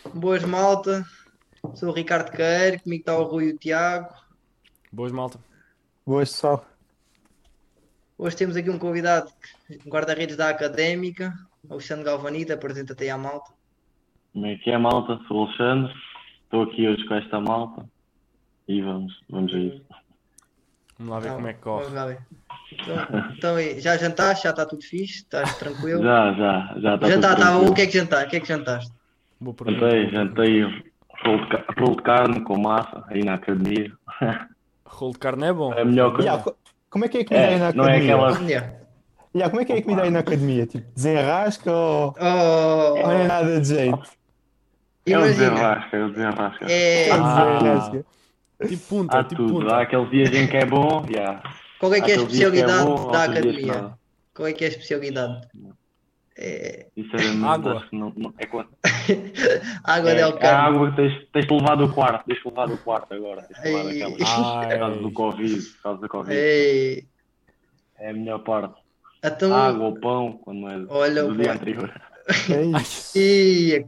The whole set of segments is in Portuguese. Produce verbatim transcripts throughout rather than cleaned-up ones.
Boas malta, sou o Ricardo Queiro, comigo está o Rui e o Tiago. Boas, malta. Boas, pessoal. Hoje temos aqui um convidado, um guarda-redes da Académica, Alexandre Galvanita, apresenta-te aí à malta. Como é que é, malta? Sou o Alexandre, estou aqui hoje com esta malta e vamos, vamos a isso. Vamos lá ver Não, como é que vamos corre. lá ver. Então, então aí, já jantaste? Já está tudo fixe? Estás tranquilo? Já, já, já está Jantar, tudo tá, o tranquilo. que é que jantaste? O que é que jantaste? Boa pergunta. Jantei, boa pergunta. jantei rolo de, ca- rolo de carne com massa aí na academia. Rolo de carne é bom. É a melhor coisa. Ya, co- como é que é a comida aí na É, não é academia? aquela... Yeah. Ya, como é que é a comida aí na academia? Tipo, desenrasca ou, Oh, ou não é nada de jeito? É o imagina, desenrasca, é o desenrasca. é, Só Ah. desenrasca. Tipo punta, Há tipo tudo, punta. há aqueles dias em que é bom, yeah. qual é Há que é a aqueles dias que é especialidade bom, da outros dias que Academia? nada. Qual é que é a especialidade? É... Sinceramente, Água. acho que não, não é quando... Água É, del é a Carmo. água que tens, tens de levar do quarto, tens de levar do quarto agora, tens de levar Ei. daquelas, por causa do Ai. Covid, por causa do Covid. Ei. É a melhor parte. Então, Água ou pão, quando é olha, do dia pô. anterior. É Ai. isso. Ia.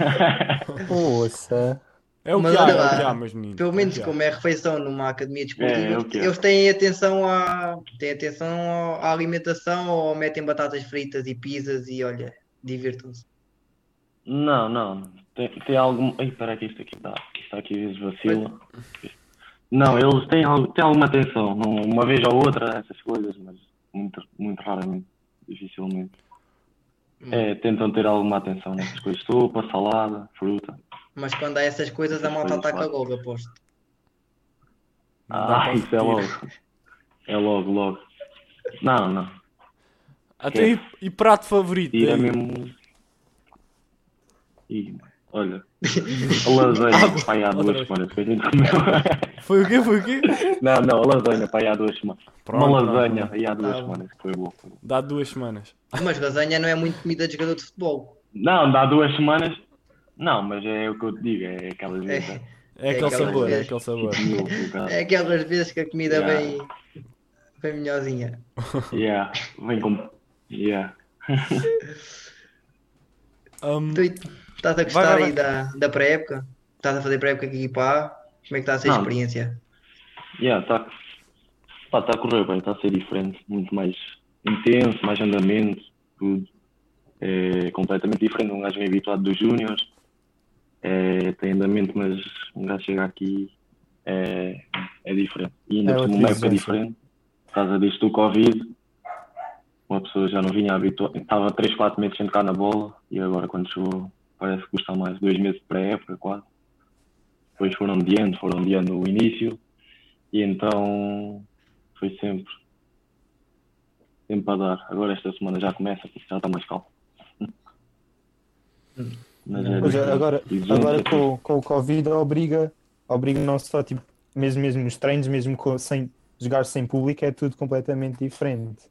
Poça. É o Mas que há, olha é o que há, lá, meus meninos. pelo É o menos que há. como é refeição numa academia desportiva, É, é o eles, que é. eles têm atenção à, têm atenção ao- à alimentação ou metem batatas fritas e pizzas e olha, divirtam-se. Não, não. Tem, tem algum. Ai, espera que isto aqui está. Isto aqui às vezes vacila. Não, eles têm, al- têm alguma atenção. Não, uma vez ou outra, essas coisas, mas muito, muito raramente. Dificilmente. É, tentam ter alguma atenção nessas coisas. Sopa, salada, fruta. Mas quando há essas coisas, a Essas malta coisas, ataca claro. logo, aposto. Não dá Ah, para isso é repetir. logo. É logo, logo. Não, não. Até e, e prato favorito Tira daí? mesmo. Ih, olha. A lasanha, pai, há Outra duas vez. semanas que a gente comeu. Foi o quê? Foi o quê? Não, não, a lasanha, pai, há duas semanas. Pronto, Uma pronto, lasanha pronto. aí há duas Tá bom. semanas que foi boa. foi boa. Dá duas semanas. Mas lasanha não é muito comida de jogador de futebol. Não, dá duas semanas. Não, mas é o que eu te digo, é aquelas vezes. É, É, É É aquele aquelas sabor, é vezes. aquele sabor. tipo mil, por acaso. é aquelas vezes que a comida Yeah. vem, vem melhorzinha. Yeah, vem com. Yeah. Hum, Tu estás a Vai, gostar vai, aí vai. da, da pré-época? Estás a fazer pré-época aqui pá? Como é que está a ser a Não. experiência? Yeah, tá, pá, tá a correr bem, está a ser diferente, muito mais intenso, mais andamento, tudo. É completamente diferente. Um gajo vem habituado dos júniores, é, tem andamento, mas um gajo chega aqui é, é diferente. E ainda É por cima outra uma época exigência. diferente, por causa disto do Covid, uma pessoa já não vinha habituada, estava três quatro meses sem tocar na bola e agora quando chegou parece que custa mais, dois meses de pré-época quase. Depois foram adiando, foram adiando o início e então foi sempre, sempre para dar. Agora esta semana já começa, porque já está mais calmo. Mas é Pois é, diferente. agora, Exigência, agora tudo. com, com o Covid obriga, obriga não só, tipo, mesmo, mesmo nos treinos, mesmo com, sem jogar sem público, é tudo completamente diferente.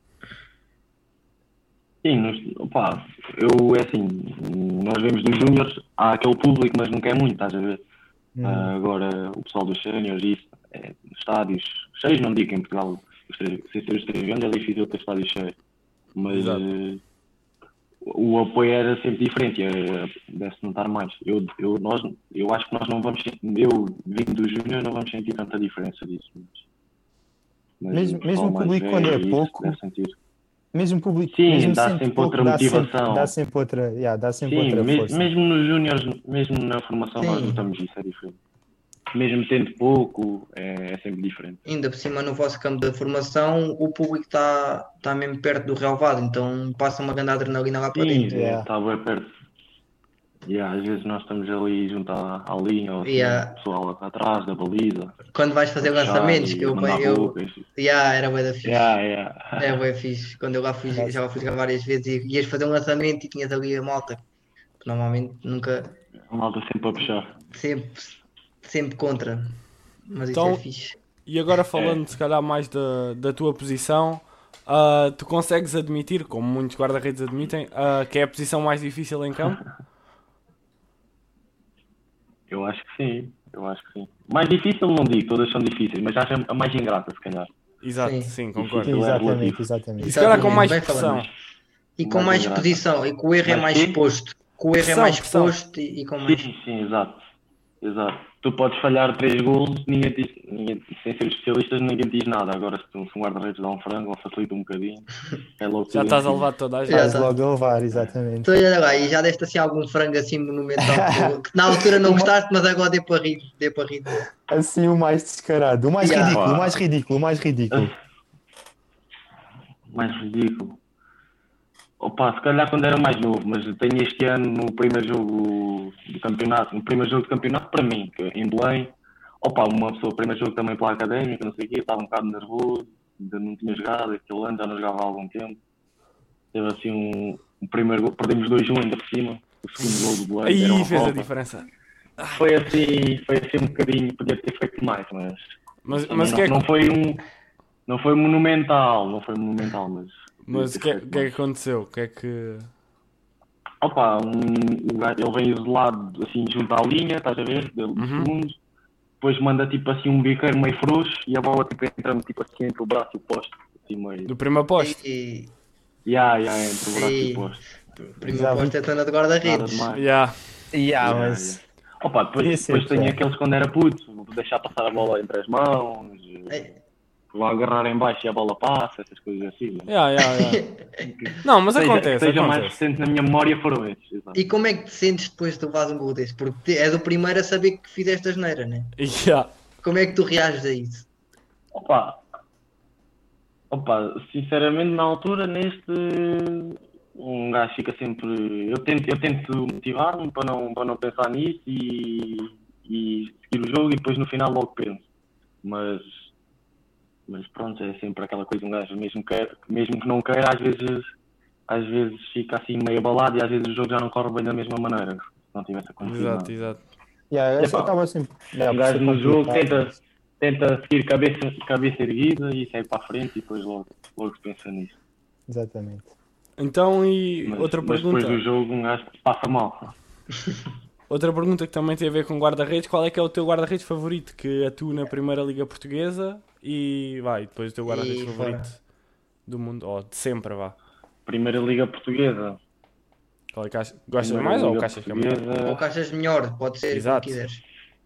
Sim, nos, opá, eu é assim, nós vemos dos júniores, há aquele público, mas nunca é muito, estás a ver? Hum. Ah, agora o pessoal dos séniores, isso, é, estádios cheios, não digo que em Portugal, os três, sem ser os três grandes, é difícil ter estádios cheios, mas Exato. eh, o apoio era sempre diferente, é, deve-se notar mais. Eu, eu, nós, eu acho que nós não vamos sentir, eu vindo dos júniores, não vamos sentir tanta diferença disso. Mas, mas Mesmo- o pessoal mesmo o mais público, quando é velho, isso, pouco, deve sentir. Mesmo público, Sim, mesmo dá sendo sempre pouco, outra dá sempre, motivação. dá sempre outra, yeah, dá sempre Sim, outra mes- força. mesmo nos júniores, mesmo na formação, nós Sim. notamos isso, é diferente. Mesmo tendo pouco, é, é sempre diferente. Ainda por cima no vosso campo de formação, o público está tá mesmo perto do relvado, então passa uma grande adrenalina lá para Sim, dentro. Yeah. está bem perto. E às vezes nós estamos ali junto à, à linha, ou assim, Yeah. o pessoal atrás da baliza, Quando vais fazer a puxar lançamentos, e eu, mandar eu, bocas. yeah, era bué da fixe. Yeah, yeah. É bué fixe. Quando eu lá fui, Nossa. já lá fui jogar várias vezes e ias fazer um lançamento e tinhas ali a malta. Que normalmente nunca, A malta sempre a puxar. sempre, sempre contra. Mas isso Então- é fixe. E agora falando se calhar mais da, da tua posição, ah, tu consegues admitir, como muitos guarda-redes admitem, ah, que é a posição mais difícil em campo? Eu acho que sim, eu acho que sim. Mais difícil não digo, todas são difíceis, mas acho a mais ingrata, se calhar. Exato, Sim. sim, concordo. Difícil. é Exatamente, relativo. exatamente. E se calhar com mais Bem falado. pressão. E com Mais mais ingrata. exposição, e que o erro é Mas mais sim. exposto. que o erro é Pressão, mais pressão. exposto e, e com mais. Sim, sim, exato. Exato. Tu podes falhar três golos, ninguém diz, ninguém, sem ser especialistas, ninguém diz nada. Agora, se um, se um guarda-redes dá um frango ou facilita um bocadinho, é logo Já tudo estás a em cima. levar toda a Já gente. Estás tá. logo a levar, exatamente. Então, olha lá, e já deste assim algum frango assim monumental que, tu- que na altura não Uma- gostaste, mas agora deu para rir. Deu para rir. Assim o mais descarado, o mais Yeah. ridículo, o Pá. mais ridículo, o mais ridículo. Mais ridículo. Opa, se calhar quando era mais novo, mas tenho este ano no primeiro jogo do campeonato, no primeiro jogo do campeonato para mim, que é em Belém, opa, uma pessoa, primeiro jogo também pela académica, não sei o quê, estava um bocado nervoso, ainda não tinha jogado aquele ano, já não jogava há algum tempo. Teve assim um, um primeiro gol, perdemos dois a um ainda por cima, o segundo gol do Belém, era Aí uma fez a falta. diferença. Foi assim, foi assim um bocadinho, podia ter feito mais, mas, Mas, também mas o não, que é que, não foi um, não foi monumental, não foi monumental, mas... mas o podia que, é- ter o feito que é mais. que aconteceu? O que é que. Opa, um, o gajo- ele vem isolado assim junto à linha, estás a ver? Do Uhum. segundo. Depois manda tipo assim um biqueiro meio frouxo e a bola tipo entra tipo assim entre o braço e o poste. Assim meio. Do primeiro posto? E, Ya, ya, entre o braço e e o poste. primeiro Já vi. posto é zona de Nada guarda-redes. demais. Yeah. Yeah, Ya, mas ya. Opa, Podia depois, ser depois tem pior. aqueles quando era puto, deixar passar a bola entre as mãos, É, lá agarrar em baixo e a bola passa, essas coisas assim. Né? Yeah, yeah, yeah. Não, mas Seja, acontece, seja mais acontece. recente na minha memória foram esses. Exato. E como é que te sentes depois de tu fazes um gol desse? Porque te- és o primeiro a saber que fizeste a asneira, né? Yeah. Como é que tu reages a isso? Opa, opa, sinceramente na altura neste um gajo fica sempre. Eu tento, eu tento motivar-me para não, para não pensar nisso e, e seguir o jogo e depois no final logo penso. Mas, mas pronto, é sempre aquela coisa, um gajo mesmo que, mesmo que não queira, às vezes, às vezes fica assim meio abalado e às vezes o jogo já não corre bem da mesma maneira. Se não tivesse acontecido. Exato, nada. exato. yeah, eu Epá, estava sempre. Yeah, Um por ser gajo no jogo complicado. tenta, tenta seguir cabeça, cabeça erguida e segue para a frente e depois logo, logo se pensa nisso. Exatamente. Então, e Mas, outra mas pergunta. depois do jogo um gajo passa mal. Outra pergunta que também tem a ver com guarda-redes. Qual é que é o teu guarda-redes favorito que atua na Primeira Liga Portuguesa e vai, depois o teu guarda-redes E favorito fora. do mundo, ou de sempre, vá. Primeira Liga Portuguesa. Qual é que achas? Gostas Primeira mais ou Liga que achas que é melhor? Portuguesa. Ou que achas melhor, pode ser Exato. como quiseres.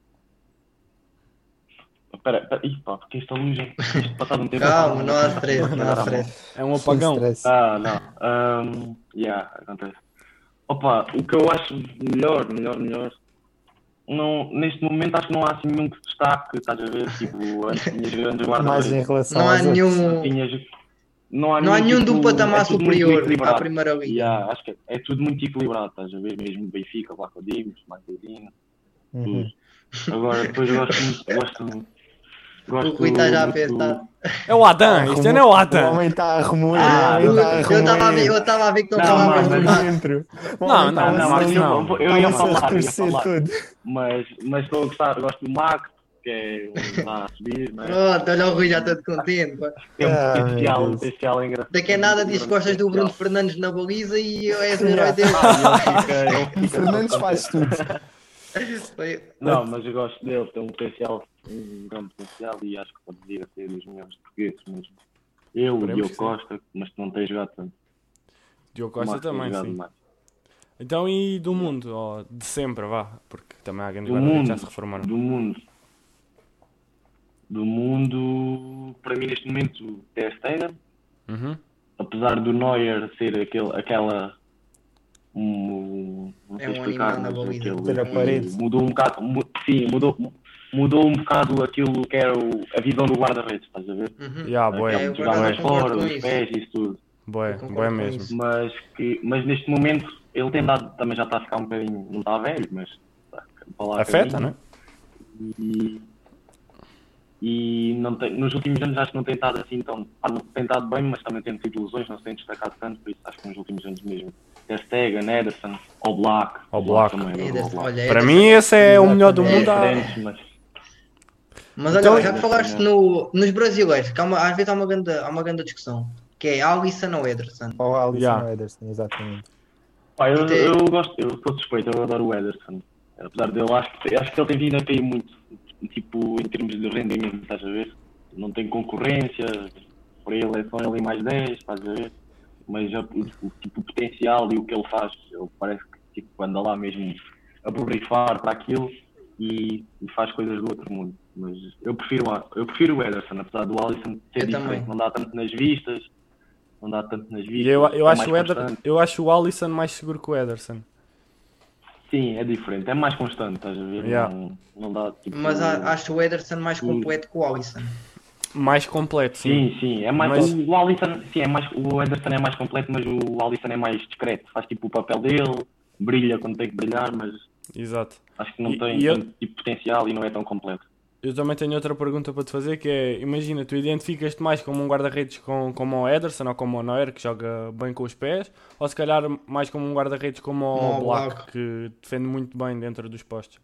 Espera, espera. Ih, pá, porque esta luz é. Isto passado um tempo. Calma, não há stress, não há stress. É um Sem apagão. stress. Ah, não. Um, yeah, acontece. Opa, o que eu acho melhor, melhor, melhor. Não, neste momento acho que não há assim nenhum que se destaque, estás a ver? Tipo, antes tinhas grandes Mais em guarda-redes. relação Não há aos outros. nenhum, Tinhas, não há não há nenhum de um tipo, patamar é tudo muito superior à equilibrado. Primeira Liga. Yeah, acho que é, é tudo muito equilibrado, estás a ver? Mesmo Benfica, Vlaco Dimos, Marquezine, Uhum. tudo. Agora, depois eu gosto muito, gosto, gosto O Rui está já a muito pensar. É o Adam, isto não é o O Adam. homem está a remoer, Ah, o homem está a Eu estava a ver, eu remoer. estava a ver que não Não, estava a mas- ver Por nada. dentro. O Não, homem não, estava-se não, ali- mas eu, eu ia estava-se a falar, eu ia retorcer falar. todo. Mas, mas estou a gostar, gosto do Mac, que é um que está a subir, não é? Pronto, olha o Rui já todo contente. pá. Tem um Ah, meu potencial, um Deus. potencial engraçado. Daqui a nada diz que gostas do Bruno Fernandes na baliza e és o herói Yeah. dele. O Fernandes faz tudo. Foi- Não, mas eu gosto dele, tem um potencial, um grande potencial e acho que pode vir a ser dos melhores portugueses mesmo. Eu, o Esperemos Diogo que sim. Costa, mas que não tem jogado tanto. Diogo O Costa Marcos tem também, jogado sim. mais. Então, e do mundo? Ó, de sempre, vá. Porque também há grandes Do guarda-redes que já mundo, se reformaram. do mundo. Do mundo, para mim neste momento, Ter Stegen. Uhum. Apesar do Neuer ser aquele, aquela... Um, não sei É um explicar, animal na mas baliza. Ter a aquele, parede. mudou um bocado, mu- sim, mudou, mudou um bocado aquilo que era o, a visão do guarda-redes, estás a ver? Uhum. Yeah, boé, É, eu Aquele de por jogar acaso mais concordo fora, com os isso. pés e isso tudo. boé, Eu concordo boé com mesmo. isso. Mas, que, mas neste momento ele tem dado, também já está a ficar um bocadinho, não está velho, mas está para lá a Afeta, caminho. né? E, e não tem, nos últimos anos acho que não tem estado assim tão. ah, não tem estado bem, mas também tem tido lesões, não se tem destacado tanto, por isso acho que nos últimos anos mesmo. Ter Stegen, Ederson, Oblak. Oblak. também, adoro Ederson, Oblak. olha, Para Ederson. mim, esse é o melhor do Exatamente. mundo. É há- diferente, mas Mas olha, Então- já que falaste no, nos brasileiros, que há uma, às vezes há uma, grande, há uma grande discussão, que é Alisson ou Ederson. Ou Alisson Yeah. ou Ederson, exatamente. pá, eu, E tem- eu gosto, eu sou suspeito, eu adoro o Ederson. Apesar dele, acho que, acho que ele tem vindo a cair muito, tipo, em termos de rendimento, estás a ver? Não tem concorrência, para ele é só ele e mais dez, estás a ver? Mas já, o, o tipo, o potencial e o que ele faz, ele parece que tipo, anda lá mesmo a borrifar para aquilo e, e faz coisas do outro mundo. Mas eu prefiro, a- eu prefiro o Ederson, apesar do Alisson ser Eu diferente, também. não dá tanto nas vistas, não dá tanto nas E vistas, eu, eu, é acho mais o Eder, constante. eu acho o Alisson mais seguro que o Ederson. Sim, é diferente, é mais constante, estás a ver? Yeah. Não, não dá tipo. Mas a- acho o Ederson mais Hum. completo que o Alisson. Mais completo, sim. Sim, sim, é mais, Mas- o, o Alisson, sim, é mais, o Ederson é mais completo, mas o Alisson é mais discreto, faz tipo o papel dele, brilha quando tem que brilhar, mas Exato. acho que não E- tem e eu- tanto tipo, potencial e não é tão completo. Eu também tenho outra pergunta para te fazer, que é, imagina, tu identificas-te mais como um guarda-redes com, como o Ederson ou como o Neuer, que joga bem com os pés, ou se calhar mais como um guarda-redes como o Como o Black, Black. que defende muito bem dentro dos postos?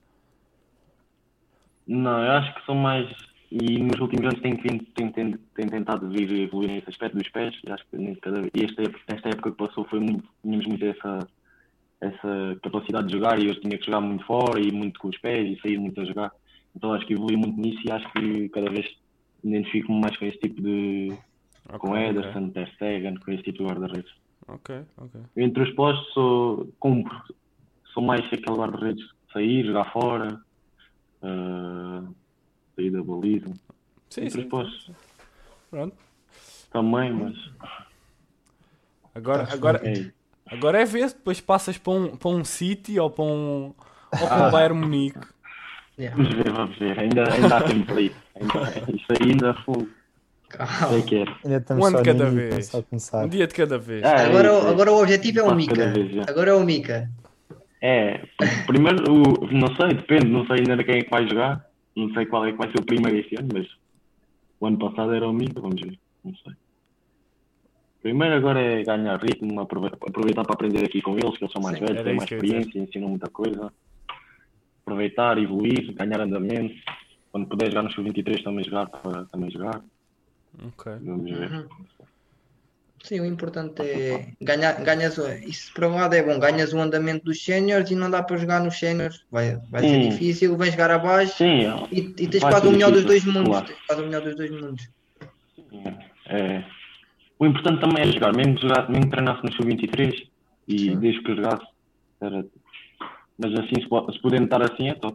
Não, eu acho que são mais. E nos últimos anos tem, vindo- tem, tem, tem tentado vir evoluir nesse aspecto dos pés. E acho que nem cada vez. E esta, época- esta época que passou foi muito. Tínhamos muito essa, essa capacidade de jogar e eu tinha que jogar muito fora e muito com os pés e sair muito a jogar. Então acho que evolui muito nisso e acho que cada vez identifico-me mais com esse tipo de. Com Ok, Ederson, Ter Stegen, com esse tipo de guarda-redes. Ok, ok. Entre os postos sou. Cumpro. Sou mais aquele guarda-redes de sair, jogar fora. ah, sair da baliza. Sim, Entre sim, os postos. pronto. Também, mas. Agora, Tá agora, É, agora é ver se depois passas para um, para um City ou para um, ou para Ah. um Bayern Munique. Yeah. vamos ver, vamos ver. Ainda, ainda há tempo para isso. Ainda, isso aí ainda foi. Calma. É que é. Ainda estamos Um ano só de no cada início, vez. só a começar. Um dia de cada vez. Ah, é Agora, isso, é agora o objetivo é o Passo cada Mika. vez, já. Agora é o Mika. É, primeiro, o, não sei, depende, não sei ainda quem é que vai jogar, não sei qual é que vai ser o primeiro este ano, mas o ano passado era o Mika, vamos ver, não sei. Primeiro agora é ganhar ritmo, aprove- aproveitar para aprender aqui com eles, que eles são mais Sim, velhos, era têm isso mais que eu ia dizer. experiência, ensinam muita coisa. Aproveitar, evoluir, ganhar andamento, quando puder jogar no sub vinte e três também jogar, para também jogar, Ok. vamos ver. Uhum. Sim, o importante é ganhar, ganhas, o- isso por um lado é bom, ganhas o andamento dos séniores e não dá para jogar nos séniores, vai, vai ser Sim. difícil, vens jogar abaixo Sim, e, e tens vai quase ser o melhor dos dois difícil, mundos, claro. tens quase o melhor dos dois mundos. É, o importante também é jogar, mesmo que, jogar, mesmo que treinasse no sub vinte e três e Sim. desde que jogasse, era... mas assim, se, po- se podendo estar assim, é top.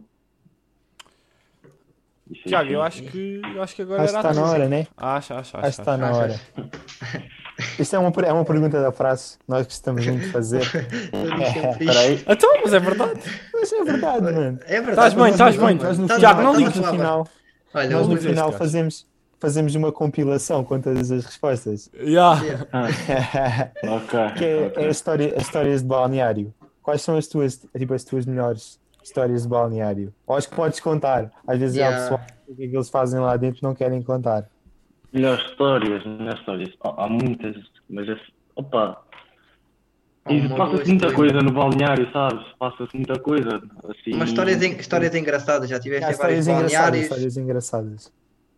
Isso aí Tiago, sim. eu acho que, eu acho que agora Acho que era está a na tua. hora, né? Acho, acho, acho. Acho que está acho. na hora. Isto é uma, per- é uma pergunta da praxe, nós gostamos muito de fazer. Eu disse sempre Espera aí. isto. Então, mas é verdade. Mas é verdade, mano. É verdade. Estás bem, nós- estás nós- bem. nós- no estás Tiago, a- não estás a ligues no falar, final, Olha, nós o- no Vamos ver final este gajo. fazemos, fazemos uma compilação com todas as respostas. Yeah. Yeah. Ok. Que é, ok. é a história, as histórias de balneário. Quais são as tuas, tipo, as tuas melhores histórias de balneário? Ou as que podes contar. Às vezes há Yeah. pessoal que o que é que eles fazem lá dentro não querem contar. Melhores histórias, melhores histórias. Há, há muitas, mas é, opa, Há e uma, passa-se duas, muita três. coisa no balneário, sabes? Passa-se muita coisa. Assim, Mas histórias, en- histórias engraçadas, já tiveste Há em vários histórias engraçadas, balneários. histórias engraçadas.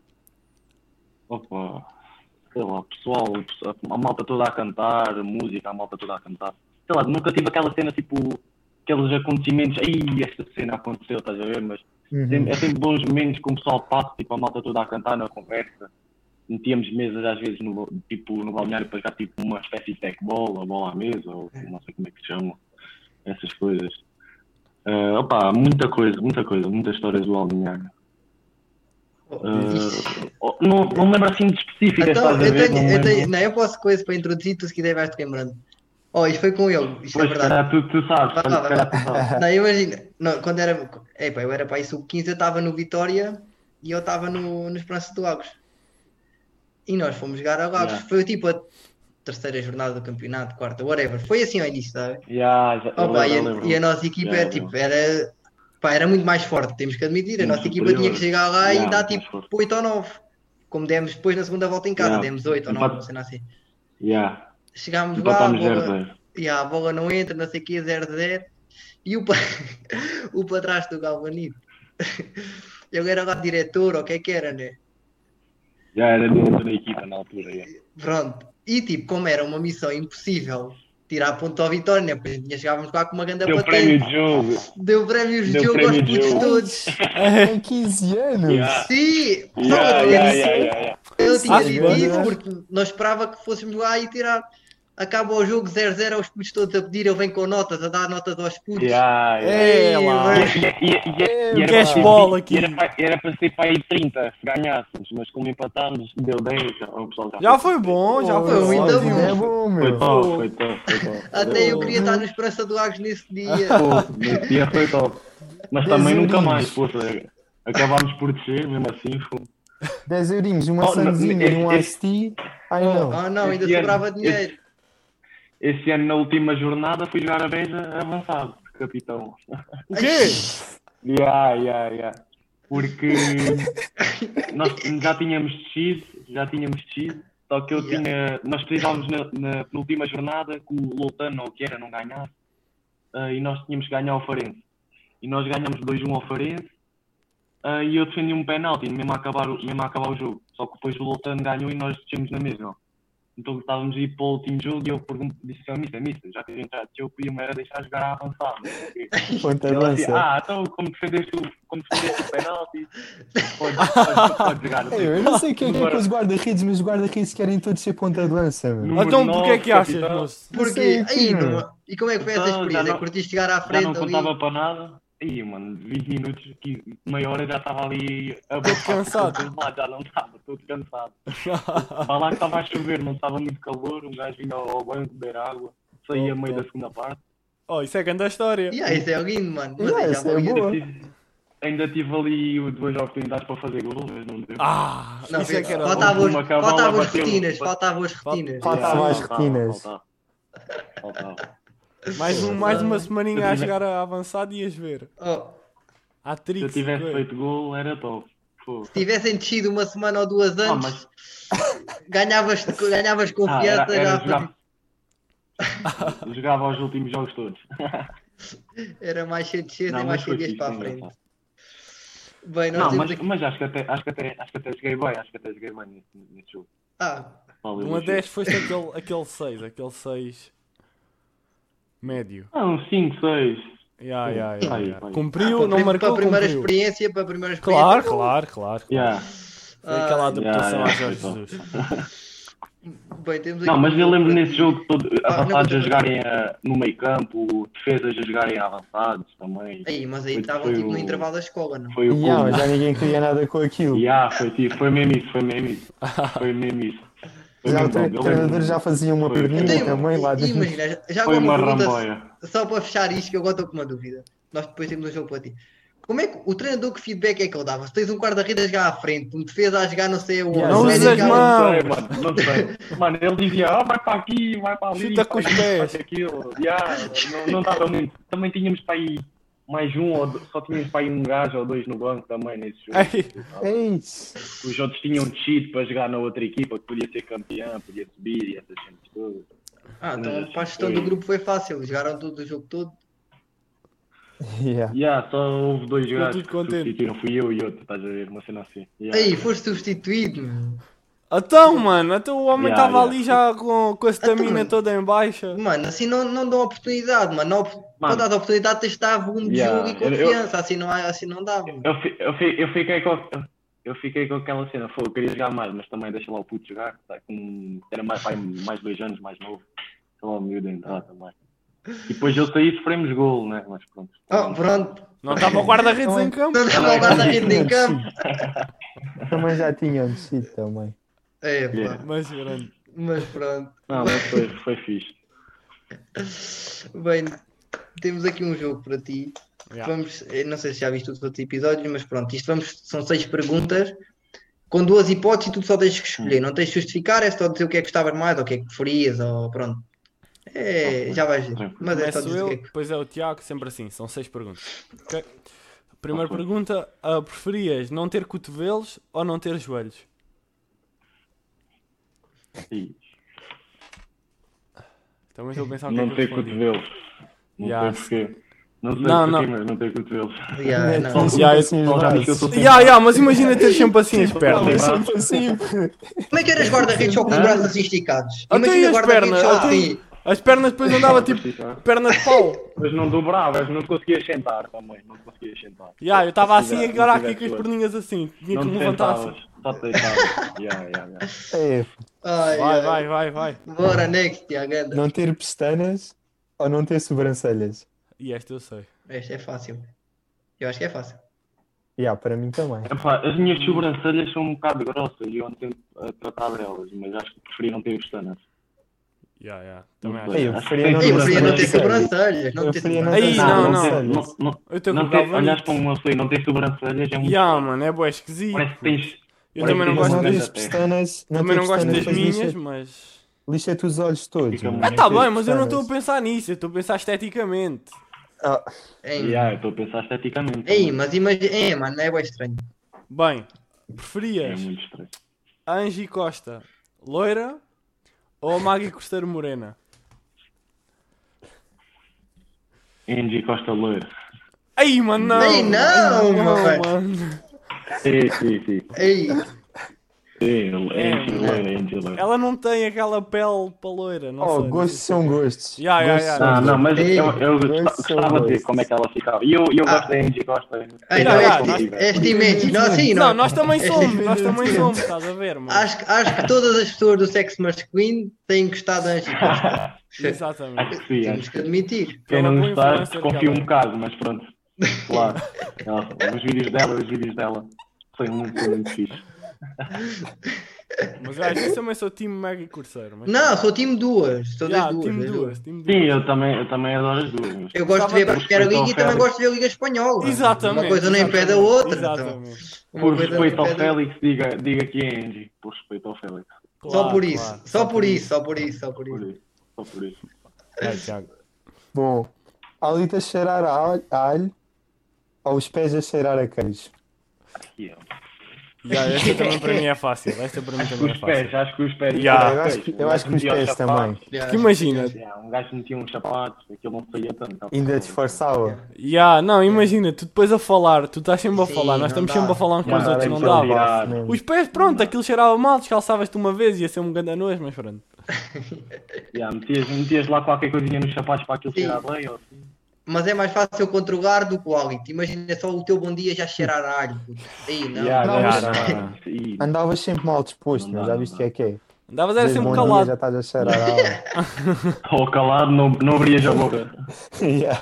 Opa, sei lá, pessoal, a malta toda a cantar, música, a malta toda a cantar. Sei lá, nunca tive aquela cena tipo, aqueles acontecimentos, aí esta cena aconteceu, estás a ver? Mas Uhum. sempre- é sempre bons momentos que o pessoal passa, tipo, a malta toda a cantar na conversa. Metíamos mesas às vezes no, tipo, no balneário para jogar tipo uma espécie de tecbola, bola à mesa, ou não sei como é que se chama, essas coisas. Ah, opa, muita coisa, muita coisa, muitas histórias do balneário. Ah, oh, não, não me lembro assim de específicas, Então, estás a eu ver? tenho, Não me eu lembro. tenho, não, eu posso coisa para introduzir, tu se quiser vais-te lembrando. Oh, isto foi com ele, isto é Pois, se verdade. calhar tu, tu sabes, Vai se lá, vai calhar lá. tu sabes. Não, imagina, não, quando era, epa, eu era para aí sub quinze, eu estava no Vitória e eu estava no, no Esperança de Lagos. E nós fomos jogar a Lagos. Yeah. Foi tipo a terceira jornada do campeonato, quarta, whatever. Foi assim ao início, sabe? Yeah, já, eu Opa, lembro, e, eu a, lembro. e a nossa equipa Yeah, era, tipo, era, pá, era muito mais forte, temos que admitir. A Muito nossa equipa superior. tinha que chegar lá Yeah, e dar muito mais tipo forte. oito ou nove. Como demos depois na segunda volta em casa, Yeah. demos oito ou nove, Empate- não sei nada assim. Yeah. Chegámos lá, a Empatámos zero a bola, zero. yeah, a bola não entra, não sei o que, zero a zero. E o, pa... o padrasto do Galvanido, ele era lá diretor, ou o que é que era, né? Já era diretor da equipa na altura. Yeah. Pronto. E tipo, como era uma missão impossível tirar ponto ao Vitória, né? Porque tinha- chegávamos lá com uma grande Deu patente. prémio de jogo. Deu prémios de Deu jogo prémio aos de putos jogo. todos. Tem quinze anos! Yeah. Sim! Não, Yeah, eu yeah, disse- yeah, yeah, yeah. eu tinha Ah, dito bom, isso né? porque nós esperava que fôssemos lá e tirar. acaba o jogo zero zero, os putos todos a pedir, ele vem com notas, a dar notas aos putos. Yeah, yeah. É Ei, lá. mano. E, e, e, e, e era Cash para- ball aqui. Era para, era para ser para aí trinta se ganhássemos, mas como empatámos, deu dez. então o pessoal Já foi bom, já Foi foi muito ótimo. bom. É bom, Foi meu. top, foi top, foi top. Até eu queria estar no Esperança do Agos nesse dia. Pô, nesse dia foi top. Mas Dez também nunca eurinhos. mais, poxa, acabámos por descer, mesmo assim. Foi... dez eurinhos, uma Oh, não, sanzinha e um esse- Ice Tea. Ai não. Ah não, ainda Esse ano- sobrava dinheiro. Esse ano, na última jornada, fui jogar a Beja avançado, capitão. O quê? Yeah, yeah, yeah. Porque nós já tínhamos descido, já tínhamos descido, só que eu Yeah. tinha. Nós precisávamos na, na última jornada que o Loutano, ou o que era, não ganhasse, ah, e nós tínhamos que ganhar ao Farense. E nós ganhamos dois a um ao Farense, ah, e eu defendi um penalti, mesmo a, acabar, o- mesmo a acabar o jogo. Só que depois o Loutano ganhou e nós descemos na mesma. Então estávamos a ir para o último jogo e eu pergunto, disse ao Mister, Mister, já que entrado, eu podia-me era deixar jogar a avançar. Ponta de Ele assim, lança. ah, então como defendeste o, como defendeste o penalti, pode, pode, pode jogar. Ei, eu não sei o que é que é Número- com os guarda-redes, mas os guarda-redes querem todos ser ponta de lança, meu. Número Então porquê é que nove, achas, capitão. moço? Não Porquê? sei o quê, Aí, meu. não- e como é que foi essa Então, já experiência? não- Curtiste chegar à Já frente não ali? contava para nada. Aí, mano, vinte minutos, quinze, meia hora já estava ali a Todo cansado. Lá, já não estava, todo cansado. Para lá que estava a chover, não estava muito calor, um gajo vinha ao ao banco beber água, saía a meio da segunda parte. Oh, isso é grande a história. Yeah, isso é lindo, mano. Mas Yeah, aí já isso é valia- boa. Tive- Ainda tive ali duas oportunidades para fazer gol, mas não deu. Ah, Não, isso é que era faltava bom. os, Uma cabala faltavam as bateu- retinas, bate- faltavam as retinas. Falta- Faltavam Yeah, as retinas. Faltava, faltava. Mais, um, mais uma semaninha a tive- chegar a avançado e ias ver. Oh, Há Se eu tricks. tivesse ué. feito gol, era top. Pô. se tivessem descido uma semana ou duas Ah, antes, mas ganhavas, ganhavas ah, confiança. era, era já jogar... Jogava os últimos jogos todos. era mais cedo descer e Não, mais mas foi cedo ias fixe, para a foi frente. engraçado. Bem, nós Não, temos mas, aqui. mas acho, que até, acho, que até, acho que até joguei bem, acho que até joguei bem nesse, nesse jogo. Ah, Valeu um a o jogo. dez foste aquele, aquele seis, aquele seis médio. Ah, uns cinco, seis. Ya, ya, ya, Vai, ya. vai. Cumpriu, para, não prim- marcou, para a primeira cumpriu. experiência, para a primeira experiência. Claro, claro, claro. claro. Yeah. Foi aquela Ah, adaptação yeah, a Jorge foi top. Jesus. Bem, temos Não, aqui mas um eu lembro para nesse ti. jogo todo, Ah, avançados não, a jogarem ah, no meio campo, defesas a jogarem avançados também. Aí, mas aí Foi- estavam foi tipo o- no intervalo da escola, não? Foi o Yeah, clube. mas já ninguém queria nada com aquilo. Yeah, foi, tipo, foi mesmo isso, foi mesmo isso. Foi mesmo isso. Foi Já o mesmo tre- top. Eu treinador lembro- já fazia uma Foi- perninha Tem- também lá dentro. Imagina, já- já Foi agora uma uma pergunta, ramboia. só para fechar isto, que eu agora estou com uma dúvida. Nós depois temos um jogo para ti. Como é que o treinador, que feedback é que ele dava? Se tens um guarda-redes a jogar à frente, um defesa a jogar não sei aonde, Yeah, um não médio usas a jogar- mãos. Não sei, mano, não sei. Mano, ele dizia, ah, vai para aqui, vai para ali, Chuta com os faz isto, pés. faz aquilo. Yeah, não, não dava muito. Também tínhamos para aí mais um, ou do- só tínhamos para aí um gajo ou dois no banco também nesse jogo. Ei, Ei, Os outros tinham descido para jogar na outra equipa, que podia ser campeão, podia subir e essas cenas todas. Ah, então Mas para a gestão foi- do grupo foi fácil, jogaram todo o jogo todo. yeah. Yeah, só houve dois Ficou gajos tudo que contente. substituíram, fui eu e outro, estás a ver, uma cena assim. Yeah. Aí, foste substituído. meu. então, mano, então o homem Yeah, estava yeah. ali já com, com a estamina mano. toda em baixa. Mano, assim não, não dão oportunidade, mano. Não, para dar oportunidade tens de dar volume de Yeah, jogo e eu- eu- confiança, assim não, há- assim não dá. mano. Eu, fi- eu, fi- eu fiquei com eu fiquei com aquela cena, foi, eu queria jogar mais, mas também deixa lá o puto jogar, tá, com, era mais, pai, mais dois anos mais novo, sei lá o miúdo a entrar também. E depois eu saí e sofremos gol, né? Mas pronto. Oh, pronto, Não estava o guarda-redes em campo. não estava o guarda-redes em campo. Também já tinham descido também. É, pá, Yeah. Mas grande. mas pronto. Não, mas foi, foi fixe. Bem, temos aqui um jogo para ti. Yeah. Vamos, eu não sei se já viste os outros episódios, mas pronto, isto vamos, são seis perguntas com duas hipóteses e tu só tens que escolher. Não tens de justificar, é só dizer o que é que gostavas mais ou o que é que preferias, ou pronto. É, já vais ver. Mas é só Começo dizer o eu, que é que. depois é o Tiago, sempre assim, são seis perguntas. Ok? Primeira pergunta, ah, preferias não ter cotovelos ou não ter joelhos? E Também estou a pensar o que é não que eu ter respondi. cotovelos. Não Yeah. sei porquê. Não sei Não, porquê, não. mas não ter cotovelos. Yeah, É, não. são sempre Yeah, assim os Só já disse que eu braços. sou sempre- Ya, ya, mas imagina ter sempre assim as Não, pernas. mas sempre assim. Como é que eras guarda-redes só com os Ah. braços assim esticados? Até Imagina as guarda-redes pernas, só até- assim. As pernas depois andava tipo perna de pau. Mas não dobravas, não te conseguias sentar também. Não te conseguias sentar. Ya, eu estava Se assim tiver- agora se aqui tiver com as joelhos. perninhas assim. Tinha Não que me te levantar assim. sentavas. Só te deixava. Yeah, yeah, yeah. É, Ai, Vai, ai. vai, vai, vai. Bora, next, Tiago. anda. não ter pestanas ou não ter sobrancelhas? E esta eu sei. Este é fácil. Eu acho que é fácil. Yeah, para mim também. Epá, as minhas sobrancelhas são um bocado grossas e eu ando sempre a tratar delas, mas acho que preferia não ter pestanas. Yeah, yeah. Também Não acho. Ei, sei. eu Acho preferia que não Eu tem ter preferia não ter sobrancelhas. sobrancelhas. Não Eu ter preferia não sobrancelhas. ter Aí, não, não, ter, sobrancelhas. não, não, Eu estou não com ter, o olhas para uma pessoa e não ter sobrancelhas é muito Yeah, estranho. mano, é bué esquisito. Parece que tens. Eu parece também não que Mas gosto não tens das, tens até. pestanas, não também ter não gosto pestanas, das depois minhas, lixa, mas... lixa-te os olhos todos. Fica mano. Ah, muito- tá Não ter bem, mas eu não estou a pestanas. pensar nisso, eu estou a pensar esteticamente. Ah, Ei, Yeah, eu estou a pensar esteticamente. ei, também. mas imagina. É, mano, é bem estranho. Bem, É preferias muito estranho. a Angie Costa loira ou a Maggie Costeiro morena? Angie Costa loira. Ai, mano, não! Ei, não, Ai, mano. mano! Sim, sim, sim. Ei, Sim, É, Angie mano. loira, Angie loira. Ela não tem aquela pele para loira, não oh, sei. não gostos sei são se- gostos. Yeah, yeah, Gostos yeah. são Não, não, gostos. mas Ei, eu, eu dois gosta- são gostava de ver dois. como é que ela ficava. E eu, eu Ah. gosto da Angie Costa. Ah, Yeah, então yeah, és, nós- ti- és time Angie. Não, sim, Não, não. nós também és somos, time- nós também somos, estás a ver, mano? Acho, que- acho que todas as pessoas do sexo masculino têm gostado da Angie Costa. Exatamente. Acho que sim, Temos acho que que sim. admitir. Quem Pela não boa gostar, influencer que desconfio ela um é. bocado, mas pronto. Claro. Ela- os vídeos dela, os vídeos dela são muito, são muito fixe. Mas eu às vezes também sou time Maggie Corseiro. Mas... Não, sou time duas. Sou Yeah, das duas. time das duas, time Sim, duas. eu também, eu também adoro as duas. mas- Eu gosto de ver a Gostava Primeira de- Liga e também Félix. gosto de ver a Liga Espanhola. Exatamente. Uma coisa não impede a exatamente, outra. Então. Exatamente. Uma Por coisa respeito não ao impede a outra. Félix, diga, diga que é Angie. Por respeito ao Félix. Só Claro, por isso. claro, Só por isso. Só por isso. Só por Por isso. isso. Só por isso. Vai, Tiago. Bom, a alita cheirar a alho, a alho ou os pés a cheirar a queijo? Yeah. Já, esta também para mim é fácil. Esta para mim Acho que também é os pés, fácil. acho que os pés. Yeah. Eu acho que- eu Um acho que os gajo metia pés sapatos, também. Yeah. Porque imagina, yeah, um gajo metia uns sapatos, aquilo não saía tanto. tá? Ainda disfarçava. yeah, não, imagina, tu depois a falar, tu estás sempre a Sim, falar, nós não estamos dá. sempre a falar uns com os Yeah, outros, tem não que dava. virar. mesmo. Os pés, pronto, aquilo cheirava mal, descalçavas-te uma vez, ia ser um grande nojo, mas pronto. Yeah, metias, metias lá qualquer coisinha nos sapatos para aquilo Sim. cheirar bem ou assim. Mas é mais fácil controlar do que o hálito. Imagina só o teu bom dia já cheirar a alho. puto. Aí, não. Yeah, Não, yeah, mas- não, não. E- Andavas sempre mal disposto, Não mas dá, já não viste o dá. que é que é? Andavas era Dizes sempre bom dia, já calado. estás a cheirar a alho. Ou calado, não, não abrias a boca. Yeah.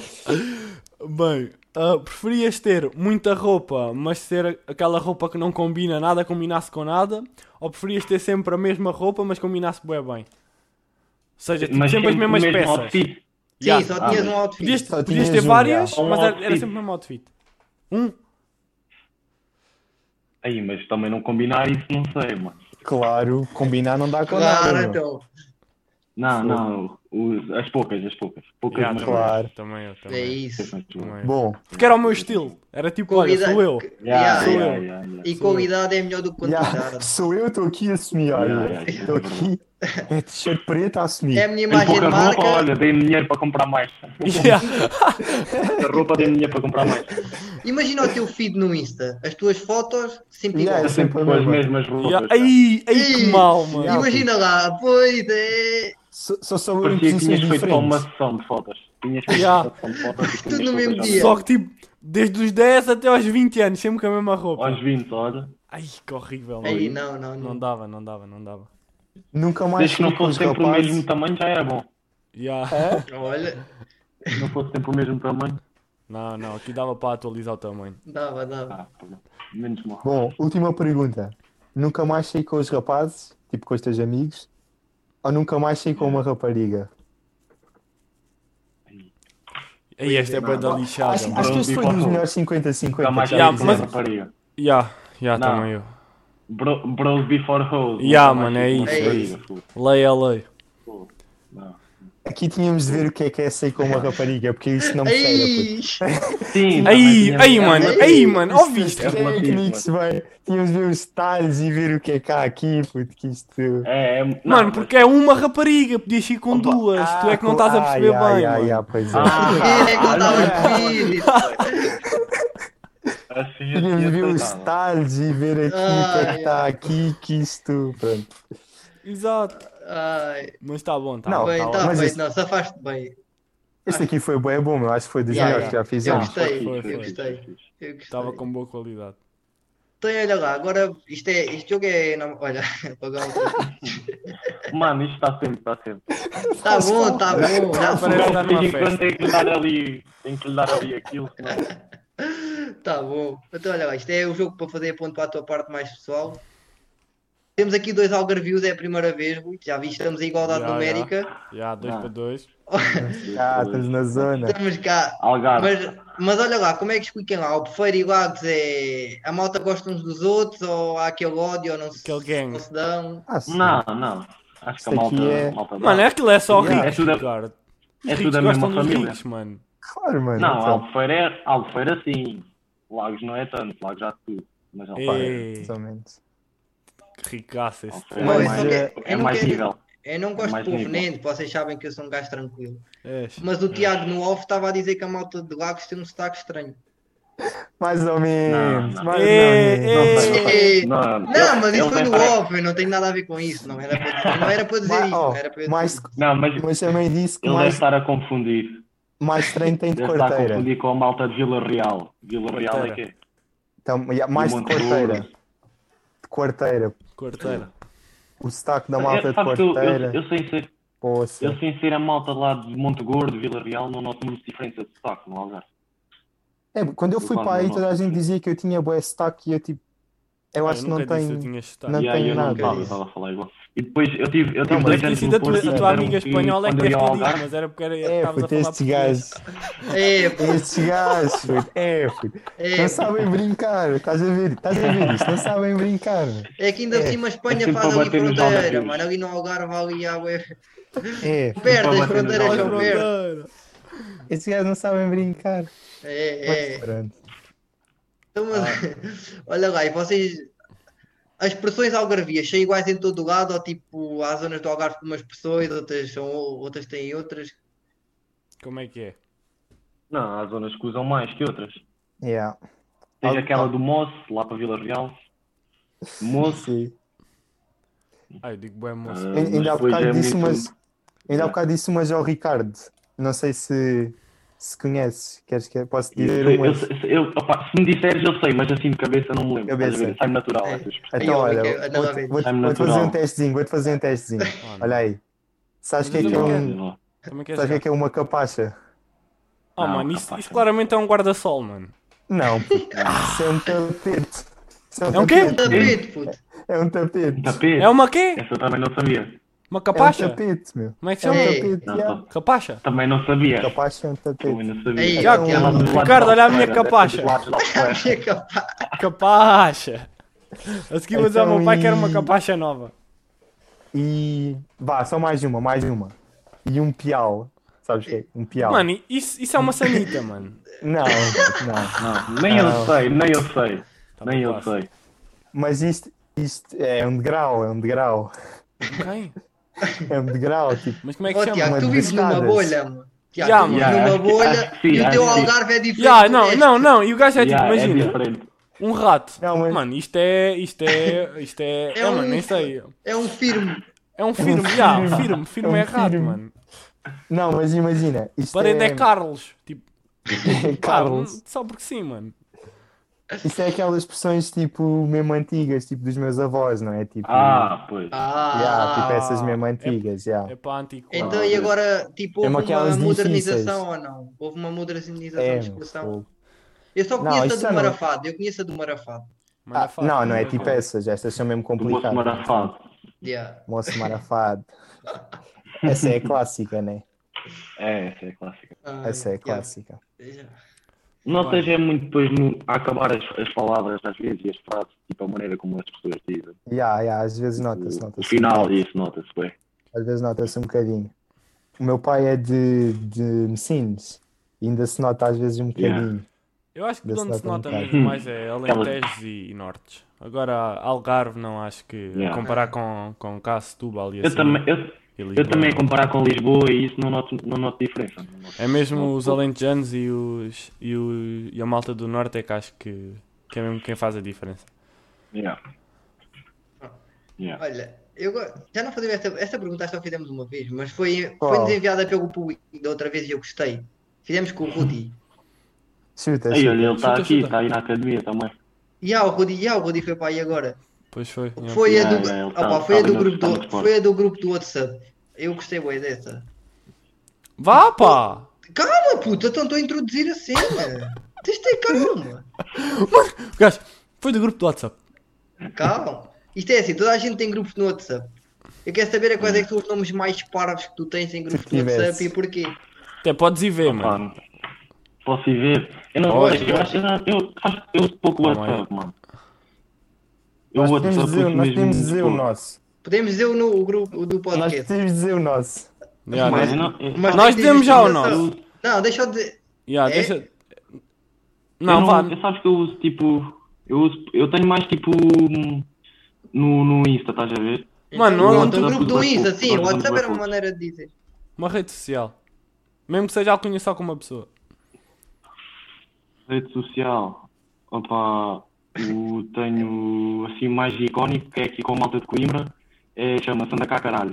Bem, ah, preferias ter muita roupa, mas ter aquela roupa que não combina nada, combinasse com nada? Ou preferias ter sempre a mesma roupa, mas combinasse bué bem? Ou seja, tipo, Mas sempre as o mesmas mesmo peças. outfit. Sim, Yeah. só Ah, tinhas mas- um outfit. Podias, Só podias tinhas ter um, várias, já. Um mas era, era outfit. sempre o mesmo outfit. Um? Aí, mas também não combinar isso, não sei, mano. Claro, combinar não dá com Claro, nada. meu. então. Não, não, os- as poucas, as poucas. Poucas, Yeah, mas também, claro. eu, também eu, É também. isso. também eu. Bom, Porque era o meu estilo. Era tipo, olha, Convida- sou eu. Yeah, Sou yeah, eu. yeah, yeah. E qualidade é melhor do que yeah, quantidade. sou eu, estou aqui a assumir. Yeah, Olha, yeah, estou yeah, aqui, é t-shirt preto a assumir. É a minha Tem imagem de pouca roupa, marca. olha, dei-me dinheiro para comprar mais. Yeah. A roupa dei-me dinheiro para comprar mais. Imagina o teu feed no Insta. As tuas fotos sempre Yeah, É iguais. sempre sempre a com as mesma. mesmas roupas. Yeah. Ai, ai, que Ei, mal, mano. Yeah. Imagina lá, pois é. Só, só são em Parecia que posições tinhas feito só uma diferentes. sessão de fotos. Tinhas feito Yeah. uma sessão de fotos. e Tudo tinhas no mesmo fotos dia. Só que tipo, desde os dez até aos vinte anos, sempre com a mesma roupa. Aos vinte, olha. Ai, que horrível. Aí, mano. não, não, Não não. dava, não dava, não dava. Nunca mais Desde que não fui com os fosse sempre o mesmo rapazes. tamanho, já era bom. Yeah. É? Olha, Se não fosse sempre o mesmo tamanho, Não, não, aqui dava para atualizar o tamanho. dava, dava. ah, pô, menos mal. Bom, última pergunta. Nunca mais saí com os rapazes, tipo com os teus amigos, ou nunca mais saí com uma rapariga? Aí, esta é bem da lixada. Acho, mano. acho que este foi dos melhores cinquenta Nunca cinquenta. mais já Yeah, saí ia com uma mas- dizer. rapariga. Yeah, yeah, Não. também eu. Bro, bros before hoes. Yeah, Nunca mais mano, é saí com uma isso, é rapariga, isso. pô. Lei é lei. Pô, não. Aqui tínhamos de ver o que é que é sair com uma rapariga, porque isso não me cheira, puto. Ei, Sim, Aí, também aí, tinha- mano, Ei, aí, mano, Isso ouviste? é técnicos, bem. Tínhamos de ver os detalhes e ver o que é que há aqui, puto, que isto... É, é, não, Mano, mas- porque é uma rapariga, podias ir com Opa. duas. Tu é que não estás a Ah, perceber ai, bem, ai, mano. ai, pois é. Ah, é que eu estava a pedir. assim, Tínhamos de assim, ver os aceitava. detalhes e ver aqui o que é que Ai, está aqui, que isto... Pronto. Exato. Ai, Mas está bom, está Não, bom. bem, tá bom. tá mas feito, isso- não, safaste bem. Este aqui foi bem bom, meu. Acho que foi dos Yeah, melhores que já Eu fizemos. gostei, Foi, eu foi. gostei. Eu gostei. Estava com boa qualidade. Então olha lá, agora isto é, este jogo é. Não, olha, apagar o Mano, isto está sempre, está sempre. Tá bom, tá bom. Já Parece foi. estar De vez numa em quando festa. tem que lhe dar ali, tem que lhe dar ali aquilo, senão... Tá bom. Então olha lá, isto é o jogo para fazer ponto para a tua parte mais pessoal. Temos aqui dois algarvios, é a primeira vez, Rui. Já vi, estamos em igualdade Já, já. numérica. Já, dois Ah. para dois. Ah, estamos na zona. Estamos cá. Algarve. Mas, mas olha lá, como é que expliquem lá? O Bufeiro e Lagos é. A malta gosta uns dos outros ou há aquele ódio ou não se, Aquele gang. não se dão? Ah, sim. Não, não. Acho que a Isto malta, aqui é- malta dá. Mano, aquilo é só Yeah. ricos, É tudo a- Ricardo. Os é ricos tudo a gostam mesma dos família. ricos, mano. Claro, mano. Não, então, Albufeira é, Albufeira sim. Lagos não é tanto, Lagos já tudo. Mas Albufeira Ei. mais ou menos. Ricaço esse. Albufeira Mas é eu mais, só que- é eu não mais quero- nível. Eu não gosto mais de nível. convenendo, vocês sabem que eu sou um gajo tranquilo. És. Mas o Tiago no off estava a dizer que a malta de Lagos tem um sotaque estranho. Mais ou menos. Não, não. Mais Ei, ou Não menos. sei, não Ei. sei. Não, Não, mas ele isso foi tem no para- off, eu não tenho nada a ver com isso. Não era para dizer, não era para dizer Mas, isso. oh, Não era para dizer mais, isso. Não, mas mas também disse que ele deve mais, estar a confundir. mais treino tem de Deve estar a quarteira. confundir com a malta de Vila Real. Vila Real é Quarteira. que é? Então, yeah, mais E de Monte quarteira. Douro. De quarteira. Quarteira. O sotaque da malta É, de sabe que eu, eu, quarteira. eu, sem ser, Poça. eu sem ser a malta lá de Monte Gordo, Vila Real, não noto muita diferença de sotaque no Algarve. É, quando eu Eu fui quase para aí, não toda a noto. gente dizia que eu tinha bué sotaque e eu tipo. Eu Ah, acho eu que não nunca disse que eu tenho. tinha sotaque. Não e aí tenho eu não nada estava, eu disso. estava a falar igual. E depois eu tive, eu tive Não, mas dois Deve ter anos sido no a tua, Porto e a tua disseram amiga que espanhola é que quando eu deve ia ao ter dito, Algarve, mas era porque era, É, estavas foi a falar estes português. gajos. É, pô, Estes gajos, puto. É, puto. é, Não sabem brincar. Estás a ver? Estás a ver isto? Não sabem brincar. é que ainda por É. cima a É Espanha sempre faz para ali bater nos fronteira, algarvios. mano. Ali no Algarve, ali há ué, É. perto, para as bater fronteiras nos são Fronteira. perto. Estes gajos não sabem brincar. É, Mas é. pronto. Então, mas, Ah. olha lá, e vocês. As expressões algarvias são iguais em todo o lado, ou tipo, há zonas do Algarve com umas expressões, outras, são, outras têm outras. Como é que é? não, há zonas que usam mais que outras. Yeah. Tens Al- aquela do Moço, lá para Vila Real. Moço. Sim. Ah, eu digo bem, moço. ah, Ai- Ainda mas há depois bocado é disse muito- umas. Ainda há bocado disse umas ao Ricardo. Não sei se, se conheces. Queres que posso Eu dizer sei- eu umas? sei- eu- opa, se me disseres, eu sei, mas assim de cabeça não me lembro. Estás a ver? Cabeça. Sai-me natural É. essa expressão. Então, Aí, ó, olha, Ricardo, nada a vou-te ver. vou-te- É-me vou-te fazer um natural. testezinho. Vou-te fazer um testezinho. Ah, não. Olha aí. Sabes o que é Mas que eu é não um. quero. Também queres Sabes o que é jogar? que é uma capacha? Oh, Não, mano, isso, capaz, isso não. claramente é um guarda-sol, mano. Não, puto. Isso é um tapete. Isso É um quê? tapete. Tapete, puto. É um tapete. Tapete. É uma quê? Essa eu também não sabia. Uma É um capacha? tapete, meu. Como é que se É um chama? Ei. tapete, Não, yeah. tô- Capacha? Também não sabia. Capacha é um Também tapete. não sabia. Aí, Deve Tiago, ser lá dos lados Ricardo, da olha a minha Albufeira, capacha. deve ser dos lados da Albufeira. Minha capa- Capacha! A seguir vou dizer ao Então, meu pai que era uma e- capacha nova. E. Vá, só mais uma, mais uma. E um pial. Sabes o que é? Um pial. Mano, isso, isso é uma sanita, mano. Não, não. Não, nem eu Não. sei, nem eu sei. Tá Nem eu bom, sei. Mas isto, isto é um degrau, é um degrau. Ok. É um degrau, tipo. Mas como é que Ó, chama? Tiago, tu Uma vives numa escadas. bolha, mano. Tiago, Ya, tu vives mano. numa Ya, acho que- bolha acho que sim, e o acho teu que sim. Algarve é diferente. Ya, do não, resto. não, não. E o gajo é tipo, Yeah, é imagina, diferente. um rato. Não, mas- Mano, isto é. Isto é. Isto é. É É, um- mano, nem sei. É um firme. É um firme, já, um firme. firme. Firme É um é rato, firme. mano. Não, mas imagina. Isto Parede é, é Carlos. Tipo, Carlos. pá, só porque sim, mano. Isto é aquelas expressões tipo mesmo antigas, tipo dos meus avós, não é? Tipo. Ah, pois. Ah, Yeah, tipo essas Ah, mesmo é- antigas, yeah. É para antigo. então e agora, tipo, É houve uma uma aquelas modernização difíceis. ou não? Houve uma modernização É, de expressão? fogo. Eu só Não, conheço a isso do já não. Marafado, eu conheço a do Marafado. Mano, é Ah, fácil. não, não é tipo essas, estas são mesmo Do moço complicadas. marafado. Yeah. Moço marafado. Essa é a clássica, né? É, essa é clássica. Ah, Essa é a yeah. clássica. Yeah. Notas é muito depois no, a acabar as, as palavras às vezes e as frases, tipo a maneira como as pessoas dizem. Yeah, yeah, às vezes nota-se, O, o nota-se. final disso nota-se bem. Às vezes nota-se um bocadinho. O meu pai é de, de Messines e ainda se nota às vezes um bocadinho. Eu acho que de Desse onde se lado nota um mesmo mais é Alentejos e, e Nortes. Agora, Algarve, não acho que. Yeah. Comparar com, com cá, Setúbal e Eu assim. também, eu, e eu Lisboa. também a comparar com Lisboa e isso não noto, não noto diferença. Não noto- É mesmo não- os alentejanos e, os, e, o, e a malta do Norte é que acho que, que é mesmo quem faz a diferença. Yeah. Yeah. Olha, eu go- já não fazia esta, esta pergunta, só fizemos uma vez, mas foi, Qual? foi-nos enviada pelo público da outra vez e eu gostei. Fizemos com o Rudy. Chuta, Aí, chuta. olha, ele está Chuta, aqui, chuta. está aí na academia também. E ah, o Rudi, e ah, o Rudi foi para aí agora. Pois foi. yeah. Foi a Yeah, do, yeah, ele ah, pá, tá- foi a tava do no- grupo tava no do, Sport. foi a do grupo do WhatsApp. Eu gostei bem dessa. Vá, pá! Calma, puta, então estou a introduzir a cena. Tens de ter calma. Gajo, foi do grupo do WhatsApp. Calma. Isto é assim, toda a gente tem grupos no WhatsApp. Eu quero saber é quais é que são os nomes mais parvos que tu tens em grupos Se no WhatsApp tivesse. e porquê. Até podes ir ver, mano. Pá, posso ir ver? Eu não Podes, gosto, eu acho, eu, não- eu, acho- eu uso pouco Calma aí. WhatsApp, mano. Eu Nós WhatsApp temos de dizer, uso nós mesmo temos de dizer o pouco. nosso. Podemos dizer o, no, o grupo o do Nós podcast. temos de dizer o nosso. Yeah, Mas nós- eu não- eu- Mas Nós tem que ter dizemos já o justificação. nosso. Não, deixa eu dizer. yeah, É? deixa... Não, Não, vá. eu sabes que eu uso tipo. Eu, uso, eu tenho mais tipo. No, no Insta, estás a ver? Mano, então, não- pronto, o não- grupo do não- Insta, não- sim, o não- WhatsApp não- era uma maneira de dizer. Uma rede social. Mesmo que seja algo só com uma pessoa. Rede social. Opa, o tenho assim mais icónico, que é aqui com a malta de Coimbra. É, chama-se Anda cá caralho.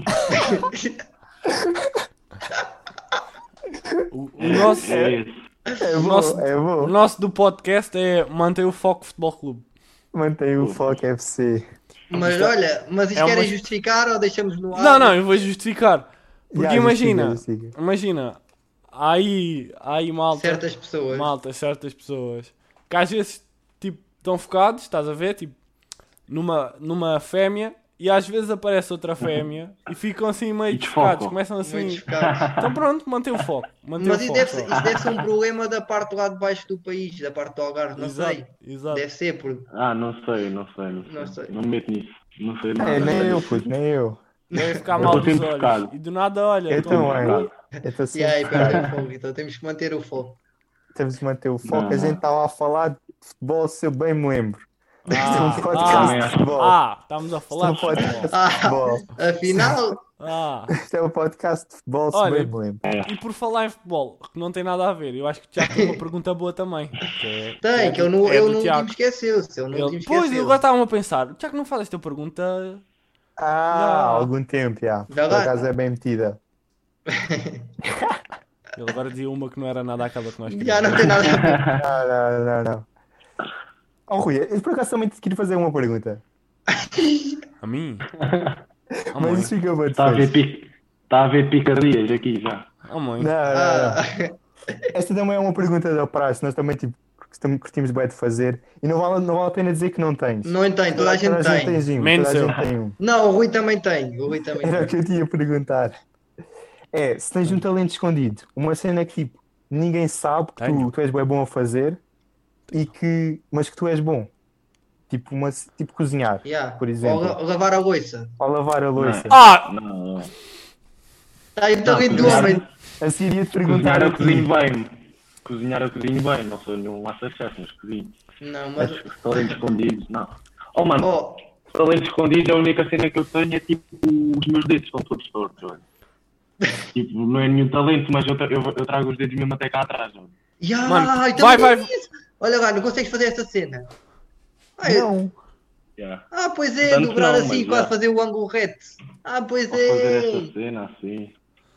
O, o nosso, É esse. É o, bom, nosso, é o bom. nosso do podcast é manter o foco Futebol Clube. Mantém o Foco F C. Mas olha, mas isto é querem uma- justificar ou deixamos no ar? Não, não, eu vou justificar. Porque Já, imagina, justifica, justifica. imagina, há aí, há aí malta, Certas pessoas. malta, certas pessoas, que às vezes, tipo, estão focados, estás a ver, tipo, numa, numa fêmea, e às vezes aparece outra fêmea, e ficam assim meio E desfocados, desfocam. começam Muito assim, desfocados. então pronto, mantém o foco, mantém Mas o isso foco. deve, só. ser, isso deve ser um problema da parte lá de baixo do país, da parte do Algarve, não Exato, sei. exato. Deve ser, porque Ah, não sei, não sei, não sei. Não sei. Não me meto nisso. Não sei nada. É, nem eu, puto, nem eu. Deve ficar Eu mal tô dos sempre olhos. focado. E do nada, olha, Eu tô- também. Claro. Eu tô E sempre aí, focado. perdeu o fogo, então temos que manter o foco. Temos de manter o foco. Não, A gente não. estava a falar de futebol, se eu bem me lembro. Isto é Ah, um podcast ah, de futebol. ah, estamos a Isto é falar um de futebol. podcast de Ah, futebol. afinal, Ah, Isto é um podcast de futebol, se Olha, bem me lembro. e por falar em futebol, que não tem nada a ver, eu acho que o Tiago tem uma pergunta boa também. Que é, que é tem, do- que eu não, é eu do não Tiago. último esqueceu-se. Eu no Ele- último Pois, eu esqueceu. agora estava a pensar, o Tiago não faz esta pergunta. Ah, Já. há algum tempo, já. Por Já lá. acaso é bem metida. Ele agora dizia uma que não era nada aquela que nós Já queríamos. não tem nada a ver. Não, não, não, não. Oh, Rui, eu por acaso também te queria fazer uma pergunta. A mim? A Mas mãe? isso fica bem Está a ver, depois. pic... tá a ver picardias aqui já. A mãe? Não, não, Ah, não. Esta também é uma pergunta da praxe. Nós também tipo, gostamos- curtimos bem de fazer. E não vale, não vale a pena dizer que não tens. não tem, toda a gente Toda a gente tem. tem um. Menos Toda a eu. gente tem um. Não, o Rui também tem. O Rui também Era o tem. que eu te ia perguntar. É, se tens um talento escondido, uma cena que tipo, ninguém sabe que tu, Tenho. tu és bem bom a fazer, e que, mas que tu és bom. Tipo, uma, tipo cozinhar, Yeah. por exemplo. Ou la- lavar a louça. Ou lavar a louça. Ah! Não, não. Está aí o talento do cozinhar- homem. Assim iria te Cozinhar perguntar eu a ti. cozinho bem. Cozinhar eu cozinho bem. Não sou nenhum masterchef, mas cozinho. Não, Mas mas. os talentos escondidos, não. Oh, mano, Oh, os talentos escondidos, a única cena que eu tenho é tipo, os meus dedos estão todos tortos, olha. Tipo, não é nenhum talento, mas eu, tra- eu, eu trago os dedos mesmo até cá atrás, olha. yeah, Mano, eu também vai, vai. tenho isso. Olha lá, não consegues fazer esta cena. Ah, eu- Não. Yeah. ah, pois é, Tanto dobrar não, assim, mas quase já. fazer o ângulo reto. Ah, pois Posso fazer é. essa cena assim.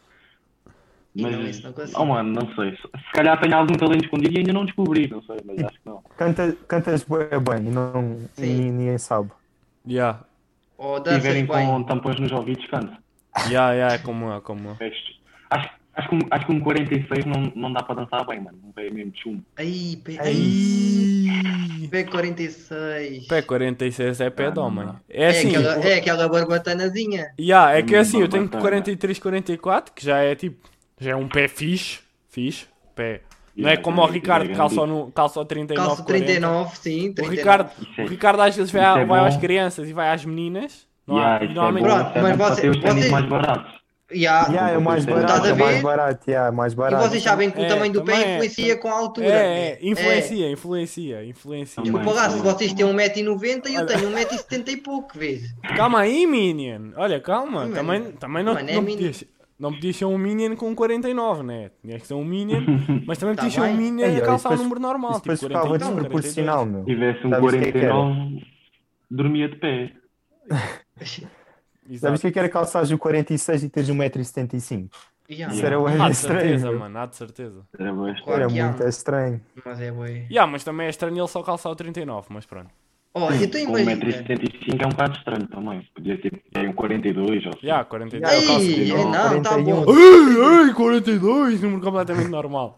E Mas, não, isso não consigo. oh mano, não sei. Se se calhar tenho algum talento escondido e ainda não descobri, não sei, mas acho que não. Canta, cantas bué bem e não, Sim. ninguém, ninguém sabe. Yeah. Ou Se danças tiverem bem. com tampões nos ouvidos, canto. Yeah, yeah, é como é, como é. Resto. Acho, acho, que, um- acho que um quarenta e seis não, não dá para dançar bem, mano. Não é mesmo de chumbo. Ai, P... Ai. Ai. P quarenta e seis. Pé quarenta e seis é pé Ah, de não, homem. não. É É, assim. aquela, é aquela barbatanazinha. Yeah, é que é assim, eu Uma tenho bacana. quarenta e três, quarenta e quatro, que já é tipo, já é um pé fixe, fixe, pé. Não é Yeah, como o já é- Ricardo já é que calça, grande. no, calça ao trinta e nove, Calço quarenta. trinta e nove, sim. O trinta e nove. Ricardo, Isso é- o Ricardo às vezes vai, isso a- é vai bom. às crianças e vai às meninas. Não há, Yeah, e isso é normalmente- bom. Pronto, Isso é mas bom para você- ter os ténis você- mais baratos. Yeah. Yeah, é mais Estás a barato, é mais ver? barato, yeah, é mais E barato. vocês sabem que o É, tamanho do pé também é. influencia com a altura. É, é, influencia, influencia, influencia. Também. Desculpa lá, se vocês têm um metro e noventa e eu Olha. tenho um metro e setenta e pouco, vês? Calma aí, Minion. Olha, calma. Mano, também também não, mano, é não, Minion. podias, não podias ser um Minion com quarenta e nove, né? Tinhas que ser um Minion, mas também Tá podias ser um bem. Minion Ei, a ó, calçar isso um depois- número normal. Isso depois tipo ficava quarenta e um, desproporcional, meu. Se tivesse um Sabes o que é que era? quarenta e nove, dormia de pé. Sabes Exato. o que é que era calçares o quarenta e seis e teres um metro e setenta e cinco? Yeah, Isso era mano, bué Há de estranho, certeza, meu. mano, há de certeza. Era bem claro Era que há, muito mano, estranho. mas é bué. Yeah, mas também é estranho ele só calçar o trinta e nove, mas pronto. Oh, então com um metro e imagina. setenta e cinco é um bocado estranho também. Podia ter é um quarenta e dois ou assim. Yeah, quarenta e Yeah, eu calço Ei, quarenta e nove. não, tá bom. Ei, ei, quarenta e dois, número completamente normal.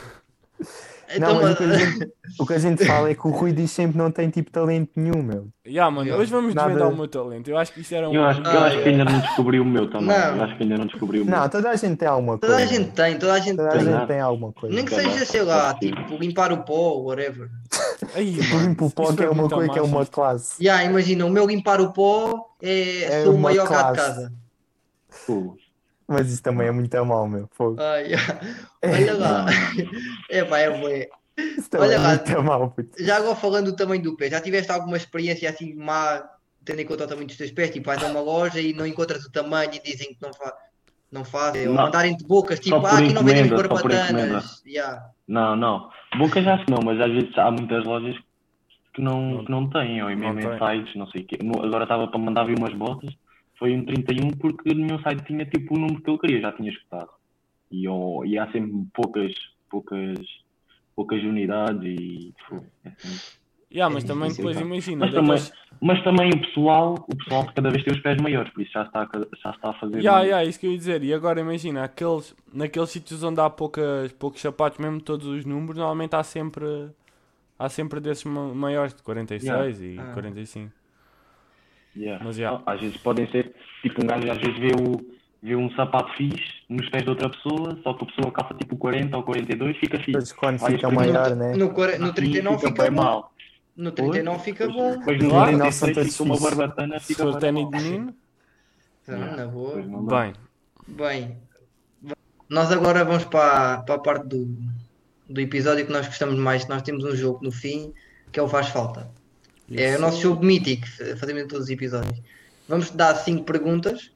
Então, Não, mas o mas- que, a gente, o que a gente fala é que o Rui diz sempre que não tem tipo talento nenhum, meu. Yeah, mano, Yeah. hoje vamos Nada- desvendar o meu talento. Eu acho que isso era um. Eu acho, eu Ah, acho que é. ainda não descobri o meu também. Não. Eu acho que ainda não descobri o meu. Não, toda a gente tem alguma Toda coisa. a gente tem, toda a gente Toda a tem. gente tem alguma coisa. Nem que Calhar, seja, só sei lá, pode ser. tipo, limpar o pó, whatever. Aí, Tipo, mano, limpo o pó isso que é foi uma muito coisa que é uma machista. classe. Yeah, imagina, o meu limpar o pó é, É sou o uma maior cá de classe. casa. Pô, Mas isso também é muito a mal, meu. Fogo. Ah, yeah. Olha lá. É pá, é bué. Isso também Olha é lá. muito a mal, puto. Já agora falando do tamanho do pé, já tiveste alguma experiência assim má, tendo em conta o tamanho dos teus pés? Tipo, vais a uma loja e não encontras o tamanho e dizem que não, fa não fazem, ou Não. mandarem-te bocas, Só tipo, por ah, aqui não vendemos encomenda, só por barbatanas. Yeah. não, não. Boca já que não, mas às vezes há muitas lojas que não, Não- que não têm, ou em não mesmo em tem. sites, não sei o quê. No- Agora estava para mandar vir umas botas, foi um trinta e um porque nenhum site tinha tipo o número que eu queria, já tinha escutado. E, eu- e há sempre poucas, poucas, poucas unidades e pô, é sempre- Yeah, mas É também difícil, depois então. imagina. Mas também, daqueles- mas também o pessoal, o pessoal cada vez tem os pés maiores, por isso já está, a ca- já está a fazer. Yeah, mais. yeah, isso que eu ia dizer. E agora imagina, aqueles, naqueles sítios onde há poucas, poucos sapatos, mesmo todos os números, normalmente há sempre, há sempre desses ma- maiores de quarenta e seis Yeah. e Ah. quarenta e cinco. Yeah. Mas, yeah. Às vezes podem ser, tipo, um gajo às vezes vê, o, vê um sapato fixe nos pés de outra pessoa, só que a pessoa calça tipo quarenta ou quarenta e dois, fica fixe. Depois quando Vai fica experimentar. maior, né? No, quar- no Aqui trinta e nove fica bem bom. mal. No trinta e nove fica bom. Depois no Claro. quarenta e São seis todos fica uma fixes. barbatana, Se fica for bem ténis mal. de menino, Então, na boa. Depois não dá. bem. Bem, nós agora vamos para, para a parte do, do episódio que nós gostamos mais. Nós temos um jogo no fim que é o Faz Falta. É o nosso jogo mítico, fazemos em todos os episódios. Vamos te dar cinco perguntas,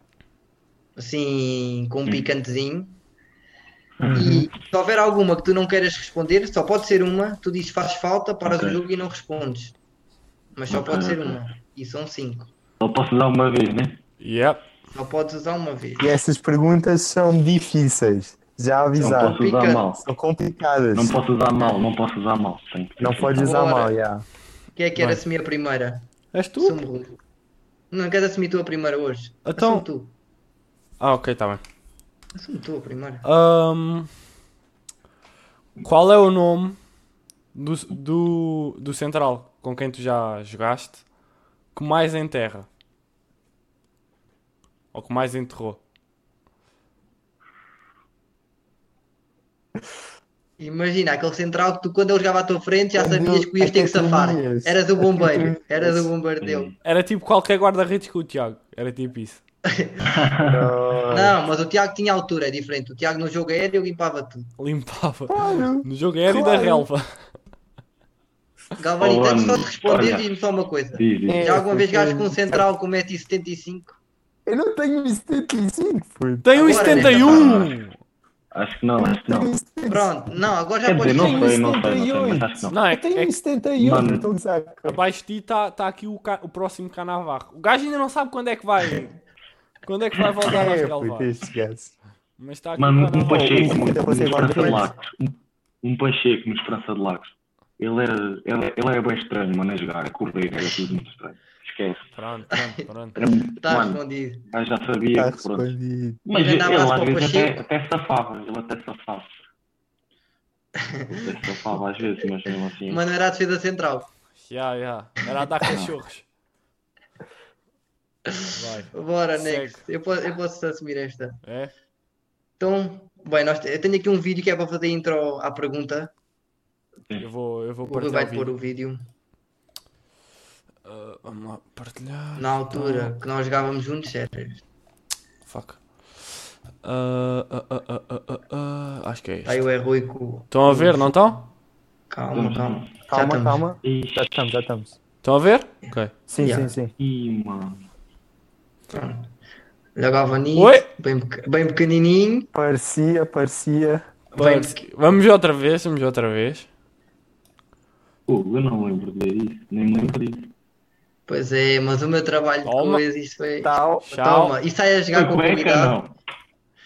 assim, com um picantezinho. E se houver alguma que tu não queiras responder, só pode ser uma, tu dizes faz falta, paras Ok. o jogo e não respondes. Mas só Ok, pode ser ok. uma. E são cinco. Só posso dar uma vez, né? Yep. Só podes usar uma vez. E essas perguntas são difíceis. Já Não avisar. posso usar Picante. mal. São complicadas. Não posso usar mal, não posso usar mal. Tem que ter Não sempre- podes usar Bora. mal, já. Quem é que quer Bem. assumir a primeira? És tu? Assume, Rui. Não queres assumir tu a primeira hoje? Então- Assume tu. Ah, ok, tá bem. Assume tu a primeira. Ahm, qual é o nome do, do, do central com quem tu já jogaste que mais enterra? Ou que mais enterrou? Imagina, aquele central que tu, quando ele jogava à tua frente, já Quando sabias que ias ter que até tu safar. ias. Eras o bombeiro. Até tu Eras o ias. bombeiro dele. Era tipo qualquer guarda-redes com o Tiago. Era tipo isso. Ah, Não, mas o Tiago tinha altura, é diferente. O Tiago no jogo aéreo limpava tudo. Limpava. Claro. No jogo aéreo e da Claro. relva. Galvani, Oh, tanto só mano, te responder, olha. diz-me só uma coisa. Diz, diz. É, Já alguma vez porque- jogaste com um central com um metro e setenta e cinco? Eu não tenho um setenta e cinco, puto. Tem um Agora, setenta e um! Acho que não, acho que Tenho não. um setenta e cinco. Pronto, não, agora já Quer podes dizer, não dizer. sei, não sei, não sei, mas acho que não. Não, é, Eu tenho é um que setenta e um, Mano. estou a usar. abaixo de ti está tá aqui o, ca- o próximo Canavarro. O gajo ainda não sabe quando é que vai. Quando é que vai voltar a É, relvar. puto, estes gajos. Mas está aqui Mano, o um Canavarro. Pacheco, Oh, no, até no você Esperança de guarda Lagos. Um, um Pacheco no Esperança de Lagos. Ele era, ele, ele era bem estranho, mano, a jogar, a correr, era tudo muito estranho. Esquece. Pronto, pronto, pronto. Era, Está mano, respondido. eu já sabia Está que pronto. respondido. Mas Grande ele abraço às para o vezes até, Pacheco. até safava, ele até safava. Ele até safava às vezes, mas mesmo assim. Mas não era a defesa central. Já, já. Era a dar cachorros. Vai. Bora, Segue. next. Eu posso, eu posso assumir esta. É? Então, bem, nós, eu tenho aqui um vídeo que é para fazer intro à pergunta. Eu vou, eu vou O Rui partilhar vai o pôr o vídeo. vídeo. Ah, vamos lá, partilhar. Na altura que nós jogávamos juntos, era. Fuck. Ah, ah, ah, ah, ah, ah, ah, acho que é Aí este. eu é Rui com. Estão a ver, não estão? Calma, calma. Já Calma, estamos. calma. Ixi, Já estamos, já estamos. Estão a ver? Ok. Sim, Yeah. sim, sim. ih, mano. Pronto. Jogava nisso, Oi? bem, pequ- bem pequenininho. Parecia, parecia. Bem, Vamos- Vamos outra vez, vamos outra vez. Pô, eu não lembro disso, nem me lembro disso. pois é, mas o meu trabalho de Toma. coisas, isso foi. Tal. Tchau. Toma, e sai a jogar Foi com cueca, qualidade. não.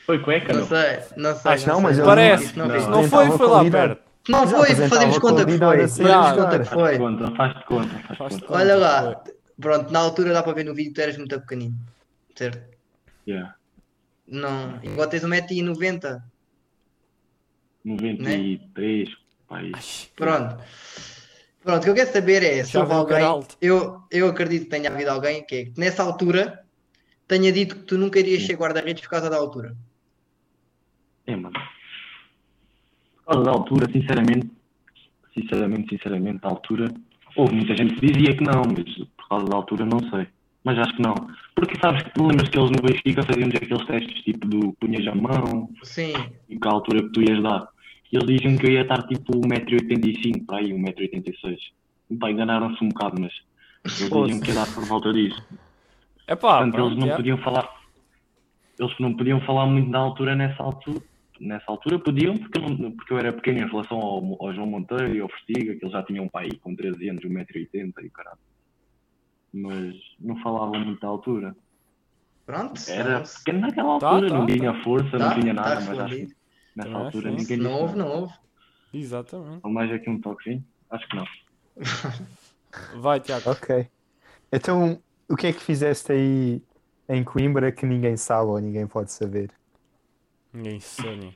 Foi cueca, Não não? sei, não sei. Acho não, mas sei. ele Parece. Isso não não. vi. Se não foi, Apresentava foi lá qualidade. perto. Não Já foi, apresentava fazemos conta que foi. qualidade assim, Fazemos já. conta que Faz-te foi. conta, faz-te conta, faz-te Faz-te conta. conta. Olha Foi. lá, pronto, na altura dá para ver no vídeo que tu eras muito pequenino, certo? Yeah. Não, igual tens um metro e noventa. noventa e três, pai. Ai, Pronto. Pronto, o que eu quero saber é se Já houve viu que era alguém. alto. Eu, eu acredito que tenha havido alguém que, é que nessa altura tenha dito que tu nunca irias Sim. ser guarda-redes por causa da altura. É, mano. Por causa da altura, sinceramente, sinceramente, sinceramente, da altura, houve muita gente que dizia que não, mas por causa da altura não sei. Mas acho que não. Porque sabes que lembras que eles no Benfica faziam aqueles testes tipo do punhas a mão Sim, e com a altura que tu ias dar. E eles diziam que eu ia estar tipo um metro e oitenta e cinco, para aí, um metro e oitenta e seis. Pá, enganaram-se um bocado, mas eles diziam que ia dar por volta disso. É pá, Portanto, eles pronto, não já. podiam falar. Eles não podiam falar muito da altura nessa altura. Nessa altura podiam, porque eu, não- porque eu era pequeno em relação ao, ao João Monteiro e ao Fortiga, que eles já tinham um pai com treze anos, um metro e oitenta e caralho. Mas não falavam muito da altura. pronto. Era então, pequeno naquela Tá, altura, tá, não tá. tinha força, Tá, não tinha tá nada, mas acho que respondido. nessa Também acho altura que ninguém Se disse não houve, nada. não houve. Exatamente. Ou mais aqui um toquezinho? Acho que não. Vai, Tiago. Ok. Então, o que é que fizeste aí em Coimbra que ninguém sabe ou ninguém pode saber? Ninguém sonha.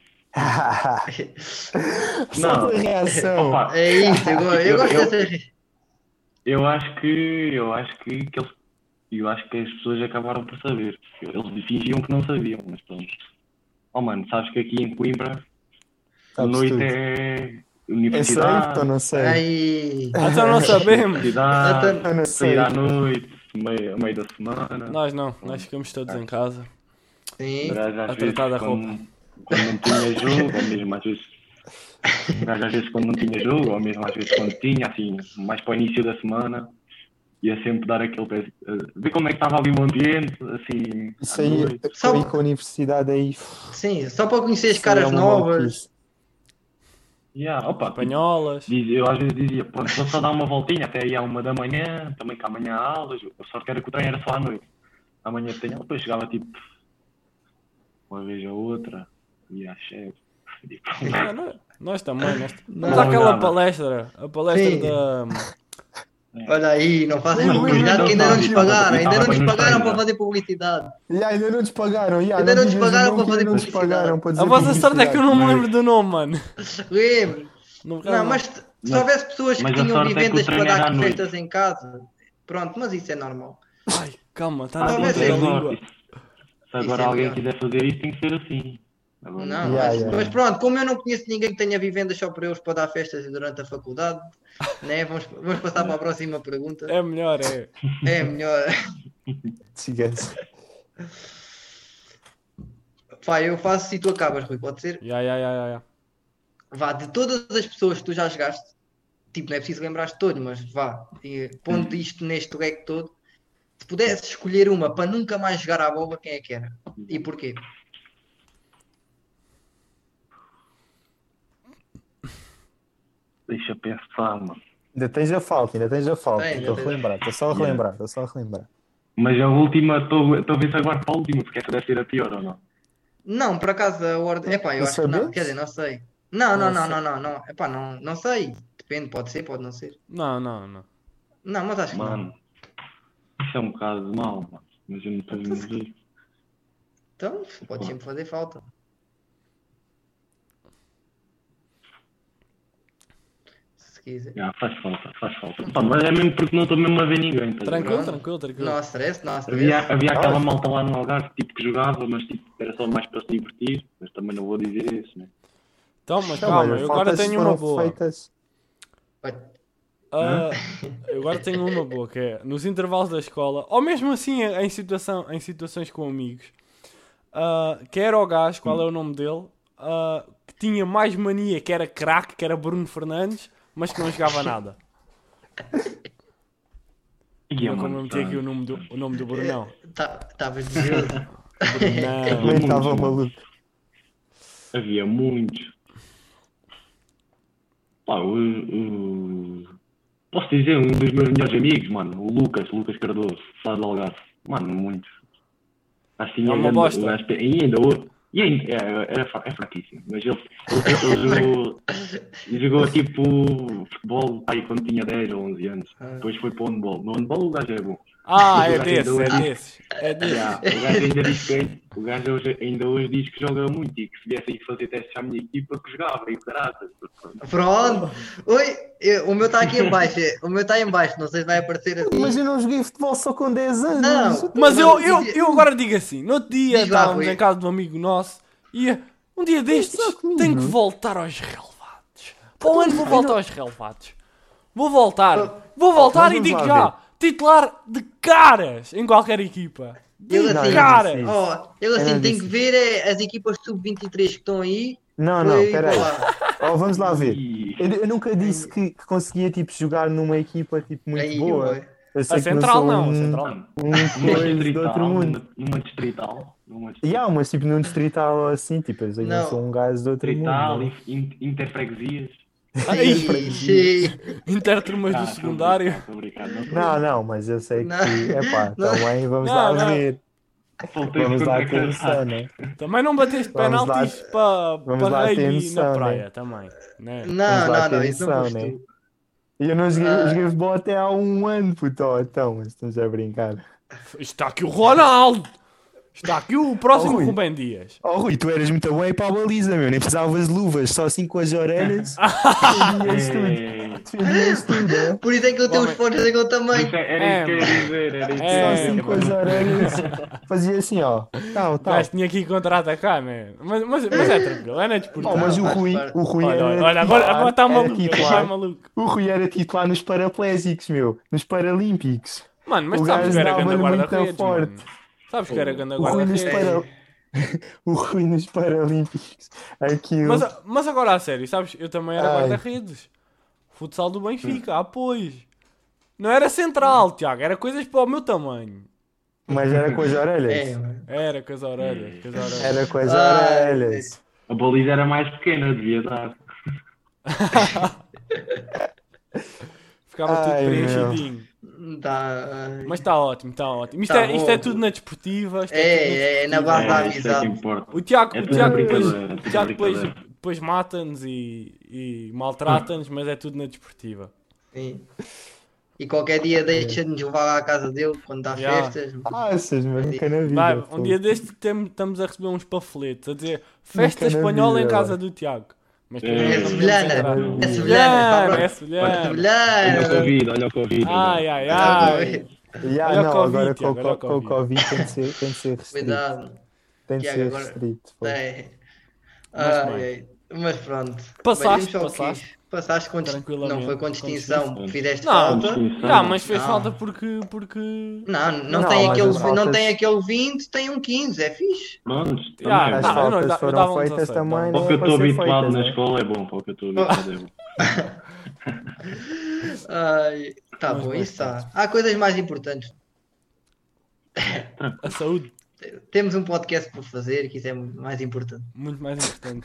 Só Não. tua reação. Opa, É isso, eu, go- eu Eu- gosto eu- dessa. eu acho que. Eu acho que, que eles. Eu acho que as pessoas acabaram por saber. Eles fingiam que não sabiam, mas pronto. Oh mano, sabes que aqui em Coimbra a Sabes noite tudo. é É safe universidade, ou não sei? Ai, Então não sabemos. universidade, Então- Eu não sair sei. à noite, meio, a meio da semana. Nós não, nós ficamos todos em casa. sim. O gajo às a vezes, tratar da quando, quando não tinha jogo, ou mesmo às vezes. O gajo às vezes quando não tinha jogo, ou mesmo às vezes quando tinha, assim, mais para o início da semana, ia sempre dar aquele pé, eh, ver como é que estava ali o ambiente, assim, Isso à aí, noite. Só- aí com a universidade aí. Sim, só para conhecer as isso aí é caras uma novas. maluquice. Yeah, opa, tipo, Espanholas. diz- eu às vezes dizia, pronto, vou só dar uma voltinha até aí à uma da manhã, também que amanhã há aulas, a sorte era que o trem era só à noite. Amanhã tenho aula, depois chegava tipo uma vez ou outra, ia à chefe. Tipo, Ah, nós, nós também. Nós... Não, Mas há aquela nada. palestra. A palestra Sim. da. Olha aí, não fazem Ui, ui, publicidade ui, que ainda não ui, nos ui, pagaram, ui, ainda não ui, nos ui, pagaram ui, para ui. fazer publicidade. E ainda não nos pagaram. Yeah, Ainda não nos digas o pagaram nome para que fazer ainda não nos publicidade. pagaram para dizer A vossa sorte é que eu não me publicidade. lembro do nome, mano. Lembro. Não, Não, mas se Mas- houvesse pessoas que mas a tinham sorte é que o vivendas trem para era dar à aqui noite. festas em casa, pronto, mas isso é normal. Ai, calma, está Ah, na Não, ponta mas da é língua. agora, se agora Isso é alguém melhor. quiser fazer isso, tem que ser assim. Agora, Não, Yeah, mas, yeah. mas pronto, como eu não conheço ninguém que tenha vivendas só para eles para dar festas durante a faculdade, né? Vamos, vamos passar para a próxima pergunta. É melhor, é. É melhor. Siga-se. Pá, eu faço e tu acabas, Rui, pode ser? Ya, ya, ya, ya, ya. Vá, de todas as pessoas que tu já jogaste, tipo, não é preciso lembrar de todos, mas vá, e pondo isto neste leque todo, se pudesse escolher uma para nunca mais jogar à bola, quem é que era? E porquê? deixa pensar, mano. Ainda tens a falta, ainda tens a falta. Tem, Estou a ainda tens. relembrar, estou só a Yeah. relembrar, estou só a relembrar. Mas a última, estou estou a ver se aguardo para a última, porque essa deve ser a pior ou não? Não, por acaso a ordem. Epá, eu Não acho que não. sabes? Quer dizer, não sei. Não, não, Não não, sei. não, não, não. Epá, não, não sei. Depende, pode ser, pode não ser. Não, não, não. Não, mas acho que não. Mano, isso é um bocado mau, mano. Mas eu não estou a dizer. Então, pode sempre fazer falta. Se quiser. Já, faz falta, faz falta. Pá, mas é mesmo porque não estou mesmo a ver ninguém. estás a ver? Tranquilo, Pronto. tranquilo, tranquilo. Não há stress, não há stress. Havia, havia aquela Ah. malta lá no Algarve tipo, que jogava, mas tipo, era só mais para se divertir. Mas também não vou dizer isso, né? Então, mas Então, calma, olha, eu agora faltas tenho uma foram boa. feitas. Ah, eu agora tenho uma boa, que é nos intervalos da escola, ou mesmo assim em, situação, em situações com amigos, ah, que era o gajo, qual é o nome dele, ah, que tinha mais mania, que era craque, que era Bruno Fernandes, mas que não jogava nada. Ia, Não, como eu mano, meti aqui o nome do, o nome do Brunão. Estavas desejoso. Brunão. Também estava muito, maluco. havia muitos. Pá, o, o- posso dizer, um dos meus melhores amigos, mano, o Lucas, Lucas Cardoso, lá do Algarve. Mano, muitos. Acho que tinha É uma grande- bosta. o gajo tem- e ainda, ho- E ainda, é, era, fra- é fraquíssimo, mas ele, ele, ele jogou, jogou tipo futebol aí quando tinha dez ou onze anos. Depois foi para o handball. No handball o gajo é bom. Ah, Mas o é gajo desses, ainda é hoje diz- desses. É desses. Já, o gajo ainda diz que o gajo hoje, ainda hoje diz que joga muito e que se viesse aí fazer testes à minha equipa que jogava e caraças. Pronto. Oi, eu- o meu está aqui em baixo. O meu está em baixo. Não sei se vai aparecer assim. Mas eu não joguei futebol só com dez anos. Não. Mas eu, Mano, eu, diz- eu agora digo assim, no outro dia Diz lá, estávamos Rui. em casa de um amigo nosso e um dia destes lá comigo. tenho que voltar aos relevados. Para o ano vou voltar aos relevados. Vou voltar. Vou voltar mas e vamos digo lá já, titular de caras em qualquer equipa. De Eu assim, caras. isso. ó, eu Eu assim não tenho disse que ver é, as equipas sub vinte e três que estão aí. Não, para não, ir espera aí. para lá. Oh, vamos lá ver. Ih, Eu, eu nunca disse que, que conseguia tipo, jogar numa equipa tipo, muito Aí, boa. ué. Eu sei A que não central sou não, a um, central. mano, um numa coisa do outro distrital, mundo. numa, numa distrital, numa E distrital, há, mas tipo num distrital assim, tipo, eu sei que não Não. sou um gajo do outro distrital mundo. in- in- interfreguesias. Ai, Sim. Interturmas Ah, do tô secundário. brincando, tô brincando, não tô Não, não, mas eu sei Não. que, epá, Não. também vamos Não, lá não. ver. Soltei Vamos lá contra ter noção, casado. né? Também não bateste Vamos lá- penaltis para vamos pa lá ter rugby noção, na né? praia também. Né? Vamos Não, lá não, não, ter isso não noção, foste né? tu. E eu não joguei, Ah. joguei futebol até há um ano, puto, oh, então, mas estamos a brincar. Está aqui o Ronaldo. Está aqui o próximo Oh, Rui. Rubem Dias. Oh Rui, tu eras muito bom aí para a baliza, meu, nem precisavas de luvas, só assim com as orelhas. Defendias tudo, É, defendias tudo, é? Por isso é que eu tenho os Homem. fones daquele por tamanho. isso é- era É, isso que eu ia mano. dizer, era isso que É, Só eu ia assim dizer. com as orelhas, fazia assim, ó, tal, O tal. gajo tinha que ir contra-atacar, né? Mas, mas, mas é tranquilo, é na Oh, desportiva. mas o faz Rui, parte. o Rui Olha, era olha, olha, agora, agora está titular, maluco, era agora titular. está maluco. O Rui era titular nos paraplésicos, meu, nos paralímpicos. Mano, mas O sabes gajo que era dava-lhe ganda muito guarda-redes, forte. mano. Sabes que era ganda O Rui nos guarda-redes. para... o Rui nos paralímpicos, aquilo. Mas, mas agora a sério, sabes? Eu também era Ai. guarda-redes. Futsal do Benfica, ah pois. Não era central, Tiago, era coisas para o meu tamanho. Mas era com as É, orelhas. mano. Era com as orelhas, com as orelhas. Era com as Ai, orelhas. A baliza era mais pequena, devia dar. Ficava tudo Ai, meu. preenchidinho. Tá, ai. Mas está ótimo, está ótimo. Isto, Tá é, isto é bom. tudo na desportiva. Isto é, tudo na É, é na desportiva. base da É, isso é que amizade. importa. O Tiago, É o tudo Tiago depois, brincadeira, é tudo o Tiago depois, brincadeira. depois mata-nos e, e maltrata-nos, mas é tudo na desportiva. Sim. E qualquer dia deixa-nos levar lá à casa dele quando dá Já. festas. Ah, vocês mas nunca na vida. Vai, um pô. dia deste tem- estamos a receber uns panfletos a dizer festa Nunca na espanhola em vida, casa ué. do Tiago. Mas É, depois É não podemos sevilhana. entrar. É sevilhana. Sevilhana, é É sevilhana. Olha o sevilhana. Covid, olha o Covid. Ai, ai, Ah, ai. Ya, Olha o não, Covid, agora Tiago, com, olha o com, com o Covid. Covid tem de ser, tem de ser restrito. Cuidado. Tem de Tiago, ser agora- restrito. pô. É. Mas Ai, bem. ai. Mas pronto. Passaste, Mas vimos só o quê? passaste. Passaste com dis- Tranquilamente, Não foi com com distinção. distinção. Fizeste Não, falta. distinção. Já, mas fez Não. falta porque. porque... Não, não, Não, tem mas aquele, as faltas- não tem aquele vinte, tem um quinze. É fixe. Pronto, Já, também. As não, eu não, faltas eu dava foram um feitas dezasseis, também, dava Para não o que é eu para estou ser habituado feitas, na né? escola é bom, para o que eu estou habituado é bom. Ai, tá Mas bom, bem, isso está. Há coisas mais importantes. A saúde, Temos um podcast para fazer, que isso é mais importante. muito mais importante.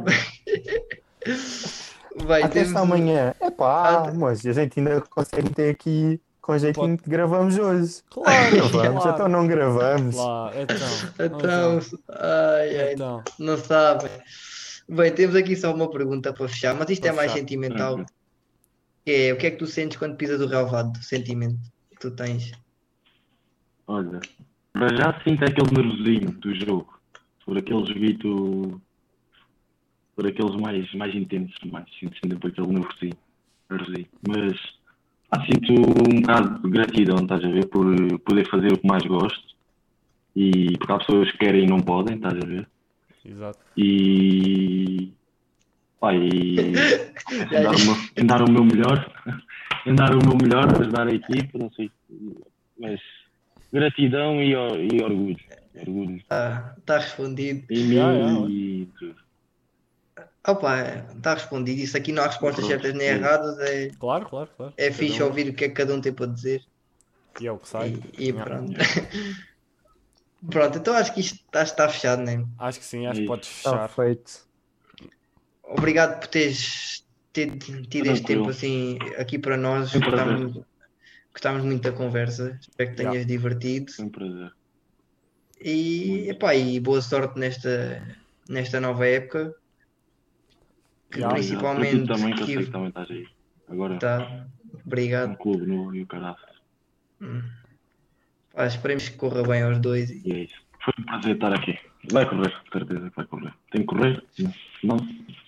Bem, Até temos esta um- amanhã. Epá, Até- mas a gente ainda consegue ter aqui com jeitinho que gravamos hoje. Claro, Gravamos, claro. então não gravamos. Claro, então. Então, ai, ai, Então, não sabem. Bem, temos aqui só uma pergunta para fechar, mas isto Para é mais fechar. sentimental. Uhum. Que é, o que é que tu sentes quando pisas o relvado? O sentimento que tu tens? Olha, para já sinto aquele nervosinho do jogo. Por aqueles joguito. Por aqueles mais, mais intensos, mais sinto sempre aquele nervosinho. nervosinho. Mas ah, sinto um bocado de gratidão, estás a ver, por poder fazer o que mais gosto. E porque há pessoas que querem e não podem, estás a ver. exato. E. Pá, e em dar, o meu, em dar o meu melhor, em dar o meu melhor, ajudar a equipa, não sei. Mas gratidão e, or- e orgulho. Orgulho Está tá respondido. em mim Já, já, e tudo. Opa, está respondido. Isso aqui não há respostas Pronto, certas nem é. erradas. É, Claro, claro, claro. é Cada fixe um- ouvir o que é que cada um tem para dizer. E é o que sai. E, e Já. pronto. Pronto, então acho que isto está, está fechado, né? Acho que sim, acho que Isso. podes Está fechar. feito. Obrigado por teres ter tido este Tranquilo. tempo assim aqui para nós. É um prazer. Gostámos, gostámos muito da conversa. Espero que tenhas divertido. Foi um prazer. E, epá, e boa sorte nesta, nesta nova época. Que Já, já. Para ti principalmente também, que eu sei que que também estás aí. Agora, tá. um Obrigado. clube novo e o caralho. Hum. Pá, esperemos que corra bem aos dois. E é isso. Foi um prazer estar aqui. Vai correr, certeza que vai correr. Tem que correr? Não.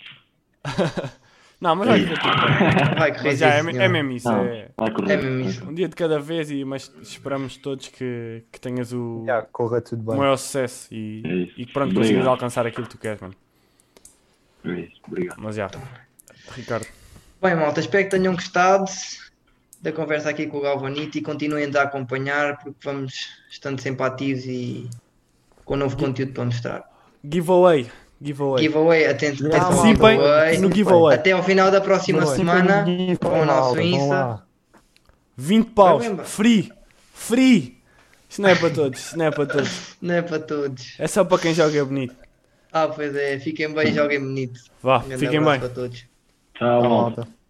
Não, mas vai correr tudo bem. Vai correr, Mas já, é, sim, é senhor. mesmo isso. Não, É vai correr. É mesmo isso. um dia de cada vez, e, mas esperamos todos que, que tenhas o, Já, corra tudo o bem. maior sucesso e, É isso. e que pronto, Obrigado. consigas alcançar aquilo que tu queres, mano. É isso. Obrigado. Mas já, Ricardo, Bem, malta, espero que tenham gostado da conversa aqui com o Galvanito e continuem a acompanhar porque vamos estando sempre ativos e com novo conteúdo para mostrar. giveaway. Giveaway. Giveaway, atento, Já, atenção ao Participem giveaway. no giveaway. Até ao final da próxima Não é? semana Fica com o no nosso malta, vão Insta. lá. vinte paus. Vai bem, Free. Free. Isto não é para todos. Isto não é para todos. Não é para todos. É só para quem joga bonito. Ah, pois é, fiquem bem, joguem bonito. Vá, Um grande fiquem abraço bem. para todos. Tchau, Tchau, malta. malta.